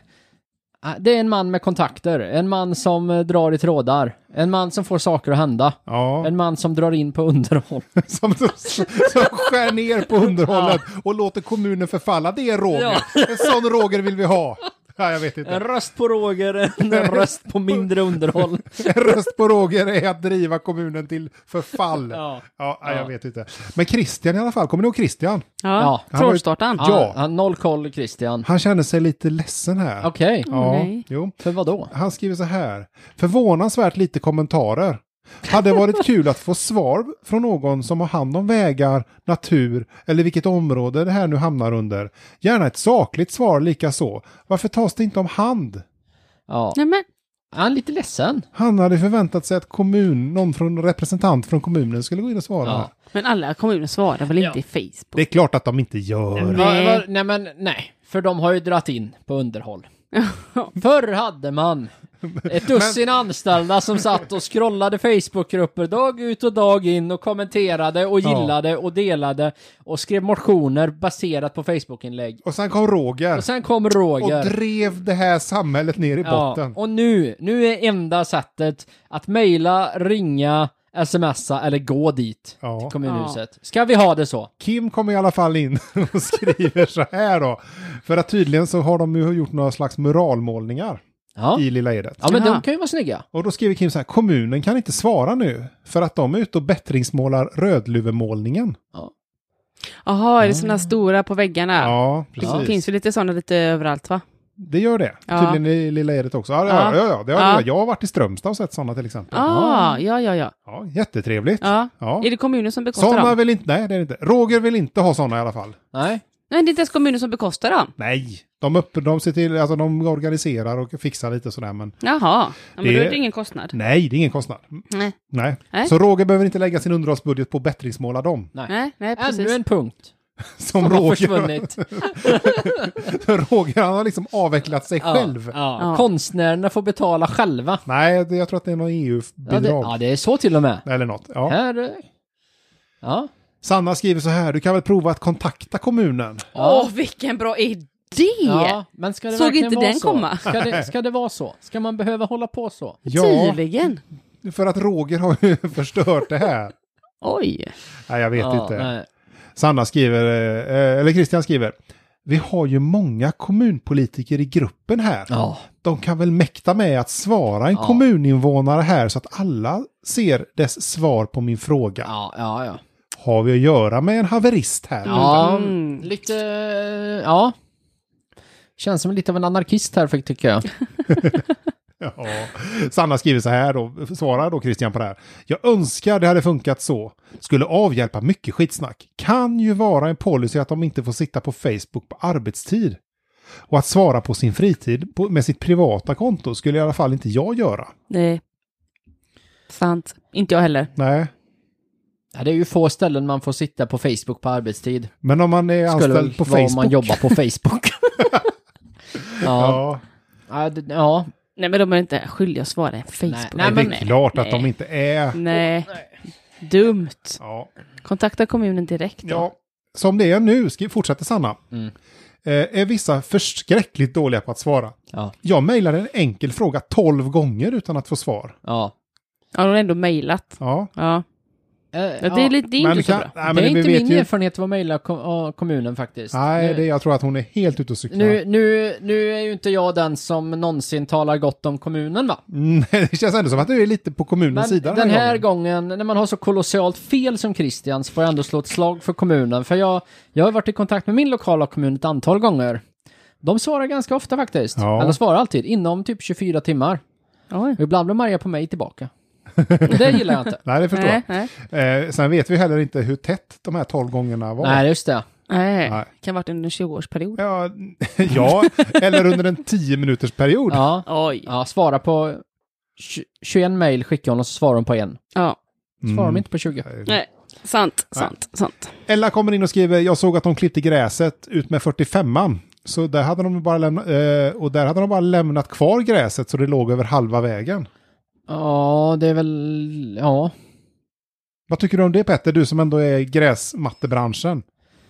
Speaker 2: Det är en man med kontakter. En man som eh, drar i trådar. En man som får saker att hända.
Speaker 1: Ja,
Speaker 2: En man som drar in på underhåll.
Speaker 1: som, som, som skär ner på underhållet och låter kommunen förfalla. Det är Roger.
Speaker 2: Ja.
Speaker 1: En sån Roger vill vi ha. Ja, jag vet
Speaker 2: En
Speaker 1: inte.
Speaker 2: röst på Roger, en röst på mindre underhåll.
Speaker 1: En röst på Roger är att driva kommunen till förfall. Ja,
Speaker 2: Ja.
Speaker 1: ja, jag
Speaker 2: Ja.
Speaker 1: vet inte. Men Christian i alla fall, kommer ni ihåg Christian?
Speaker 3: Ja,
Speaker 2: Ja.
Speaker 3: trådstartaren.
Speaker 1: Ja.
Speaker 2: Ja. Han, noll koll, Christian.
Speaker 1: Han känner sig lite ledsen här.
Speaker 2: Okej,
Speaker 1: Ja,
Speaker 3: nej.
Speaker 1: jo.
Speaker 2: för vad då?
Speaker 1: Han skriver så här. Förvånansvärt lite kommentarer. Hade varit kul att få svar från någon som har hand om vägar, natur eller vilket område det här nu hamnar under. Gärna ett sakligt svar lika så. Varför tas det inte om hand?
Speaker 2: Ja.
Speaker 3: Nej, men
Speaker 2: Han är lite ledsen.
Speaker 1: Han hade förväntat sig att kommun, någon från representant från kommunen skulle gå in och svara.
Speaker 2: Ja.
Speaker 3: Men alla kommuner svarar väl inte
Speaker 2: Ja.
Speaker 3: i Facebook?
Speaker 1: Det är klart att de inte gör.
Speaker 3: Nej.
Speaker 2: Va, va, nej men nej, för de har ju dratt in på underhåll. Förr hade man ett dussin anställda som satt och scrollade Facebookgrupper dag ut och dag in och kommenterade och
Speaker 1: Ja.
Speaker 2: gillade och delade och skrev motioner baserat på Facebookinlägg.
Speaker 1: Och sen kom Roger
Speaker 2: Och sen kom
Speaker 1: och
Speaker 2: Roger.
Speaker 1: drev det här samhället ner i
Speaker 2: Ja,
Speaker 1: botten.
Speaker 2: och nu, nu är enda sättet att mejla, ringa, smsa eller gå dit
Speaker 1: Ja.
Speaker 2: till kommunhuset. Ska vi ha det så?
Speaker 1: Kim kommer i alla fall in och skriver så här då. För att tydligen så har de ju gjort några slags muralmålningar
Speaker 2: Ja,
Speaker 1: i Lilla Edet.
Speaker 2: ja men
Speaker 3: Jaha.
Speaker 2: de kan ju vara snygga.
Speaker 1: Och då skriver Kim så här, kommunen kan inte svara nu för att de är ute och bättringsmålar Rödluvemålningen.
Speaker 3: Jaha, är det sådana stora på väggarna?
Speaker 1: Ja,
Speaker 3: Det
Speaker 1: precis.
Speaker 3: finns väl lite sådana lite överallt, va?
Speaker 1: Det gör det.
Speaker 3: Ja.
Speaker 1: Tydligen i Lilla Edet också. Ja, ja,
Speaker 3: Ja.
Speaker 1: ja, ja, det har
Speaker 3: Ja.
Speaker 1: jag. Jag har varit i Strömstad och sett sådana till exempel.
Speaker 3: Ah, ja, ja, ja.
Speaker 1: Ja, jättetrevligt.
Speaker 3: ja.
Speaker 1: Ja.
Speaker 3: Är det kommunen som bekostar
Speaker 1: Sådana
Speaker 3: dem?
Speaker 1: vill inte, nej det är det inte. Roger vill inte ha sådana i alla fall.
Speaker 2: Nej.
Speaker 3: Nej, det är inte ens kommunen som bekostar dem.
Speaker 1: Nej, de, upp, de ser till, alltså de organiserar och fixar lite sådär men
Speaker 3: Jaha, ja, men
Speaker 1: Det-
Speaker 3: då är det ingen kostnad.
Speaker 1: nej, det är ingen kostnad.
Speaker 3: Nej,
Speaker 1: Nej.
Speaker 3: Nej.
Speaker 1: Så Roger behöver inte lägga sin underhållsbudget på bättringsmåla dem.
Speaker 2: Nej.
Speaker 3: nej, nej precis.
Speaker 2: Ännu en punkt
Speaker 1: Som,
Speaker 2: som har
Speaker 1: Roger.
Speaker 2: försvunnit.
Speaker 1: Roger han har liksom avvecklat sig
Speaker 2: Ja,
Speaker 1: själv.
Speaker 2: ja.
Speaker 3: Ja.
Speaker 2: Konstnärerna får betala själva.
Speaker 1: Nej, det, jag tror att det är någon
Speaker 2: Ja det,
Speaker 1: E U-bidrag.
Speaker 2: ja, det är så till och med.
Speaker 1: Eller något. Ja.
Speaker 2: Här... eh, Ja.
Speaker 1: Sanna skriver så här, du kan väl prova att kontakta kommunen.
Speaker 3: Åh, vilken bra idé!
Speaker 2: Ja, men ska det
Speaker 3: Såg
Speaker 2: verkligen
Speaker 3: inte
Speaker 2: vara
Speaker 3: den
Speaker 2: så?
Speaker 3: komma?
Speaker 2: Ska det, ska det vara så? Ska man behöva hålla på så?
Speaker 1: Ja,
Speaker 3: Tydligen.
Speaker 1: för att Roger har ju förstört det här.
Speaker 3: Oj.
Speaker 1: Nej, jag vet
Speaker 2: Ja,
Speaker 1: inte.
Speaker 2: nej.
Speaker 1: Sanna skriver, eh, eller Christian skriver, vi har ju många kommunpolitiker i gruppen här.
Speaker 2: Ja.
Speaker 1: De kan väl mäkta med att svara en
Speaker 2: Ja.
Speaker 1: kommuninvånare här så att alla ser dess svar på min fråga.
Speaker 2: Ja, ja, ja.
Speaker 1: Har vi att göra med en haverist här?
Speaker 2: Ja,
Speaker 3: Mm.
Speaker 2: lite... Ja. Känns som lite av en anarkist här, fick tycker jag.
Speaker 1: Ja. Sanna skriver så här då, svarar då Christian på det här. Jag önskar det hade funkat så. Skulle avhjälpa mycket skitsnack. Kan ju vara en policy att de inte får sitta på Facebook på arbetstid. Och att svara på sin fritid på, med sitt privata konto skulle i alla fall inte jag göra.
Speaker 3: Nej. Sant. Inte jag heller.
Speaker 1: Nej.
Speaker 2: Ja, det är ju få ställen man får sitta på Facebook på arbetstid.
Speaker 1: Men om man är
Speaker 2: Skulle
Speaker 1: anställd på
Speaker 2: vara
Speaker 1: Facebook.
Speaker 2: om man jobbar på Facebook. ja.
Speaker 1: Ja.
Speaker 2: Ja. det- ja.
Speaker 3: Nej, men de är inte skyldiga att svara i Facebook.
Speaker 2: Nej,
Speaker 1: Nej,
Speaker 2: men
Speaker 1: det är klart att
Speaker 3: nej.
Speaker 1: de inte är.
Speaker 3: Nej. Dumt.
Speaker 1: Ja.
Speaker 3: Kontakta kommunen direkt. Då.
Speaker 1: Ja. Som det är nu, skri- fortsätter Sanna.
Speaker 2: Mm.
Speaker 1: Eh, är vissa förskräckligt dåliga på att svara.
Speaker 2: Ja.
Speaker 1: Jag mejlade en enkel fråga tolv gånger utan att få svar.
Speaker 2: Ja.
Speaker 3: Ja, de har ändå mejlat.
Speaker 1: Ja.
Speaker 3: Ja.
Speaker 2: Eh,
Speaker 3: Ja, det är, lite, det är
Speaker 1: Men
Speaker 3: inte så
Speaker 1: kan-
Speaker 3: bra.
Speaker 1: nej, men
Speaker 2: det är
Speaker 1: vi
Speaker 2: inte
Speaker 1: vet
Speaker 2: min
Speaker 1: ju-
Speaker 2: erfarenhet av att mejla kom, kommunen faktiskt.
Speaker 1: Nej,
Speaker 2: nu,
Speaker 1: det, jag tror att hon är helt ute och cyklar.
Speaker 2: nu, nu, nu är ju inte jag den som någonsin talar gott om kommunen, va?
Speaker 1: Mm, det känns ändå som att du är lite på kommunens
Speaker 2: Men
Speaker 1: sida.
Speaker 2: den här gången, när man har så kolossalt fel som Christian, så får jag ändå slå ett slag för kommunen. För jag, jag har varit i kontakt med min lokala kommun ett antal gånger. De svarar ganska ofta faktiskt.
Speaker 1: Ja.
Speaker 2: Eller svarar alltid, inom typ tjugofyra timmar.
Speaker 3: Oj.
Speaker 2: Och ibland blir de arga på mig tillbaka. Och det gillar jag inte.
Speaker 1: Nej, det förstår
Speaker 3: Nej, nej.
Speaker 1: jag. Eh, sen vet vi heller inte hur tätt de här tolv gångerna var.
Speaker 2: Nej, just det.
Speaker 3: Nej.
Speaker 1: Nej.
Speaker 3: Kan ha varit under en tjugo-årsperiod.
Speaker 1: Ja, ja, eller under en tio minuters period.
Speaker 2: Ja,
Speaker 3: Oj.
Speaker 2: ja svara på tj- tjugoett mejl skickar hon och så svarar hon på en.
Speaker 3: Ja.
Speaker 2: Svarar de inte på tjugo.
Speaker 3: Nej. Sant, sant, sant.
Speaker 1: Ella kommer in och skriver, jag såg att de klippte gräset ut med fyrtiofemman. Så där hade de bara lämnat, eh, och där hade de bara lämnat kvar gräset så det låg över halva vägen.
Speaker 2: Ja, det är väl... Ja.
Speaker 1: Vad tycker du om det, Petter? Du som ändå är i gräsmattebranschen.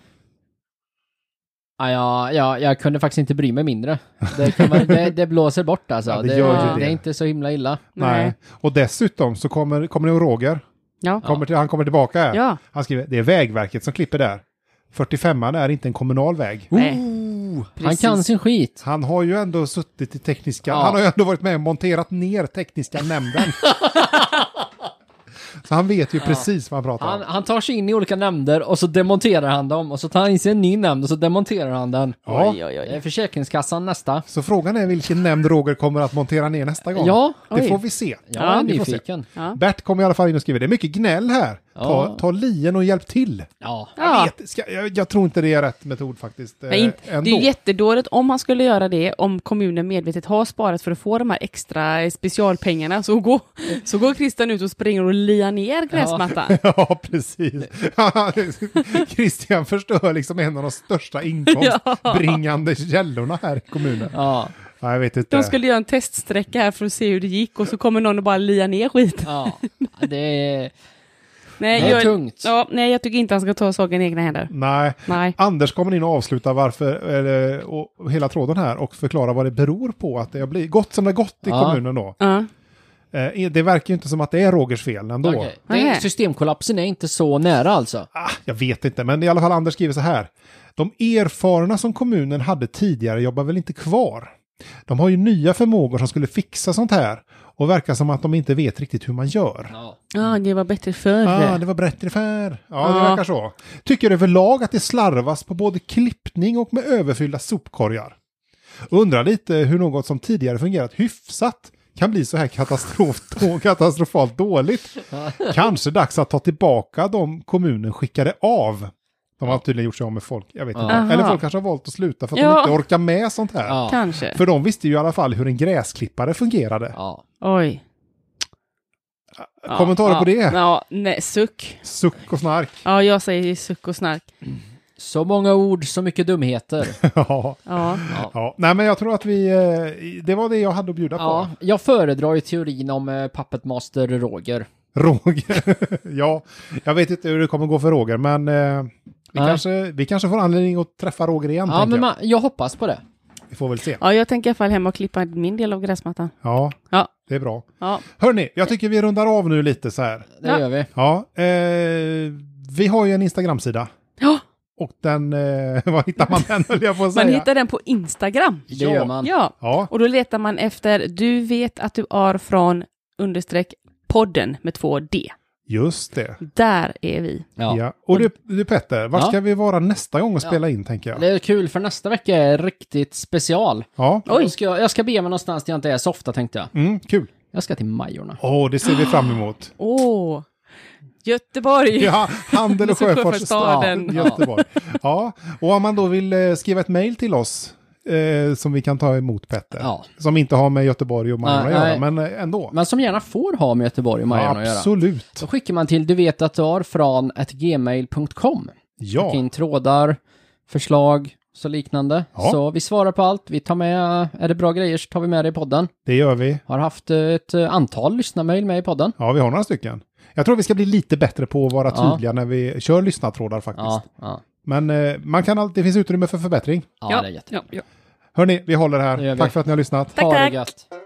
Speaker 2: Ja, ja, ja, jag kunde faktiskt inte bry mig mindre. Det, kan man, det, det blåser bort alltså.
Speaker 1: Ja, det
Speaker 2: det,
Speaker 1: gör
Speaker 3: ju
Speaker 2: det
Speaker 1: det.
Speaker 2: är inte så himla illa.
Speaker 1: Nej.
Speaker 3: Nej.
Speaker 1: Och dessutom så kommer, kommer ni ihåg Roger?
Speaker 3: Ja.
Speaker 1: Kommer till, han kommer tillbaka här.
Speaker 3: Ja.
Speaker 1: Han skriver, det är Vägverket som klipper där. fyrtiofemman är inte en kommunal väg.
Speaker 3: Nej.
Speaker 1: Oh,
Speaker 2: Han kan sin skit.
Speaker 1: han har ju ändå suttit i tekniska...
Speaker 2: Ja.
Speaker 1: Han har ju ändå varit med och monterat ner tekniska nämnden. Så han vet ju precis vad han pratar
Speaker 2: Han,
Speaker 1: om.
Speaker 2: han tar sig in i olika nämnder och så demonterar han dem. Och så tar han in sig en ny nämnd och så demonterar han den.
Speaker 1: Ja.
Speaker 3: Oj, oj,
Speaker 2: Det är
Speaker 3: oj.
Speaker 2: Försäkringskassan nästa.
Speaker 1: Så frågan är vilken nämnd Roger kommer att montera ner nästa gång.
Speaker 2: Ja,
Speaker 1: Det
Speaker 3: Oj.
Speaker 1: får vi se.
Speaker 2: jag är
Speaker 1: vi får se.
Speaker 2: nyfiken.
Speaker 3: Ja.
Speaker 1: Bert kommer i alla fall in och skriver, det är mycket gnäll här. Ta,
Speaker 2: Ja.
Speaker 1: ta lien och hjälp till.
Speaker 2: Ja.
Speaker 3: Ja.
Speaker 1: Jag, vet, ska, jag, jag tror inte det är rätt metod faktiskt.
Speaker 3: Nej, inte-
Speaker 1: eh,
Speaker 3: det är ju jättedåligt om man skulle göra det, om kommunen medvetet har sparat för att få de här extra specialpengarna. Så går, så går Christian ut och springer och liar ner gräsmattan.
Speaker 1: Ja, precis. Christian förstör liksom en av de största inkomstbringande källorna här i kommunen.
Speaker 2: Ja.
Speaker 1: Ja, jag vet inte.
Speaker 3: De skulle göra en teststräcka här för att se hur det gick och så kommer någon och bara lia ner skit.
Speaker 2: Ja. Det är,
Speaker 3: Nej,
Speaker 2: det är
Speaker 3: jag,
Speaker 2: tungt.
Speaker 3: ja, nej, jag tycker inte han ska ta saken i egna händer.
Speaker 1: Nej.
Speaker 3: Nej.
Speaker 1: Anders kommer in och avslutar varför, eller, och hela tråden här och förklarar vad det beror på att det har blivit gått som det har gått i
Speaker 2: Ja.
Speaker 1: kommunen då.
Speaker 3: Ja.
Speaker 1: Eh, Det verkar ju inte som att det är Rogers fel ändå.
Speaker 2: Okej. Det,
Speaker 3: Nej.
Speaker 2: systemkollapsen är inte så nära alltså.
Speaker 1: Ah, jag vet inte, men i alla fall Anders skriver så här. De erfarna som kommunen hade tidigare jobbar väl inte kvar. De har ju nya förmågor som skulle fixa sånt här och verkar som att de inte vet riktigt hur man gör.
Speaker 2: Ja.
Speaker 3: Ja, det var bättre förr.
Speaker 1: Ah, det var bättre för. Ja, det
Speaker 3: Ja.
Speaker 1: verkar så. Tycker överlag att det slarvas på både klippning och med överfyllda sopkorgar. Undrar lite hur något som tidigare fungerat hyfsat kan bli så här katastrof, katastrofalt dåligt. Kanske dags att ta tillbaka de kommunen skickade av. De har tydligen gjort sig av med folk. Jag vet inte.
Speaker 3: Aha.
Speaker 1: Eller folk kanske har valt att sluta för att
Speaker 3: Ja.
Speaker 1: de inte orkar med sånt här.
Speaker 2: Ja.
Speaker 3: Kanske.
Speaker 1: För de visste ju i alla fall hur en gräsklippare fungerade.
Speaker 2: Ja.
Speaker 3: Oj.
Speaker 1: Kommentarer
Speaker 3: ja,
Speaker 1: på det?
Speaker 3: Ja, nej, suck.
Speaker 1: Suck och snark.
Speaker 3: Ja, jag säger suck och snark.
Speaker 2: Så många ord, så mycket dumheter.
Speaker 1: Ja.
Speaker 3: Ja.
Speaker 2: Ja.
Speaker 1: Ja. Nej, men jag tror att vi... eh, Det var det jag hade att bjuda på.
Speaker 2: Ja, jag föredrar ju teorin om eh, Puppet Master Roger.
Speaker 1: Roger. Ja, jag vet inte hur det kommer gå för Roger, men eh, vi,
Speaker 2: Nej.
Speaker 1: kanske, vi kanske får anledning att träffa Roger igen.
Speaker 2: Ja,
Speaker 1: tänker
Speaker 2: men
Speaker 1: jag.
Speaker 2: man, jag hoppas på det.
Speaker 1: Vi får väl se.
Speaker 3: Ja, jag tänker i alla fall hem och klippa min del av gräsmattan.
Speaker 1: Ja,
Speaker 3: Ja.
Speaker 1: det är bra.
Speaker 3: Ja.
Speaker 1: Hörrni, jag tycker vi rundar av nu lite så här.
Speaker 2: Det
Speaker 3: Ja.
Speaker 2: gör vi.
Speaker 1: Ja, eh, vi har ju en Instagram-sida.
Speaker 3: Ja,
Speaker 1: Och den, eh, vad hittar man den höll jag på att säga?
Speaker 3: man hittar den på Instagram.
Speaker 2: Det
Speaker 1: Ja.
Speaker 2: gör man.
Speaker 3: Ja,
Speaker 1: Ja,
Speaker 3: och då letar man efter du vet att du är från understreck podden med två D.
Speaker 1: Just det.
Speaker 3: Där är vi.
Speaker 1: Ja.
Speaker 2: Ja.
Speaker 1: Och du, du Petter, var
Speaker 2: Ja.
Speaker 1: ska vi vara nästa gång och
Speaker 2: Ja.
Speaker 1: spela in tänker jag?
Speaker 2: Det är kul för nästa vecka är riktigt special.
Speaker 1: Ja,
Speaker 3: Oj.
Speaker 2: Jag ska, jag ska be mig någonstans där jag inte är så ofta tänkte jag.
Speaker 1: mm, kul.
Speaker 2: Jag ska till Majorna.
Speaker 1: Åh, det ser vi fram emot.
Speaker 3: Åh, Göteborg!
Speaker 1: Ja, handel och
Speaker 3: Sjöfartsstaden.
Speaker 1: sjöfartsstaden Göteborg. Ja, och om man då vill eh, skriva ett mejl till oss eh, som vi kan ta emot Petter.
Speaker 2: Ja.
Speaker 1: Som inte har med Göteborg och Majorna att
Speaker 2: Nej,
Speaker 1: göra,
Speaker 2: nej.
Speaker 1: men eh, ändå.
Speaker 2: Men som gärna får ha med Göteborg och Majorna att göra.
Speaker 1: Absolut.
Speaker 2: Då skickar man till du vet att du har från ett gmail punkt com.
Speaker 1: Ja.
Speaker 2: Skicka in trådar, förslag, så liknande.
Speaker 1: Ja.
Speaker 2: Så vi svarar på allt. Vi tar med, är det bra grejer så tar vi med det i podden.
Speaker 1: Det gör vi.
Speaker 2: Har haft ett antal lyssnarmail med i podden.
Speaker 1: Ja, vi har några stycken. Jag tror vi ska bli lite bättre på att vara
Speaker 2: Ja.
Speaker 1: tydliga när vi kör lyssnartrådar faktiskt.
Speaker 2: Ja, ja.
Speaker 1: Men eh, man kan alltid, det finns utrymme för förbättring.
Speaker 2: Ja, det är jättebra.
Speaker 3: ja, ja.
Speaker 1: Hörni, vi håller
Speaker 2: Det
Speaker 1: här.
Speaker 2: gör vi.
Speaker 1: Tack för att ni har lyssnat.
Speaker 3: Tack,
Speaker 2: Ha det
Speaker 3: tack.
Speaker 2: gött.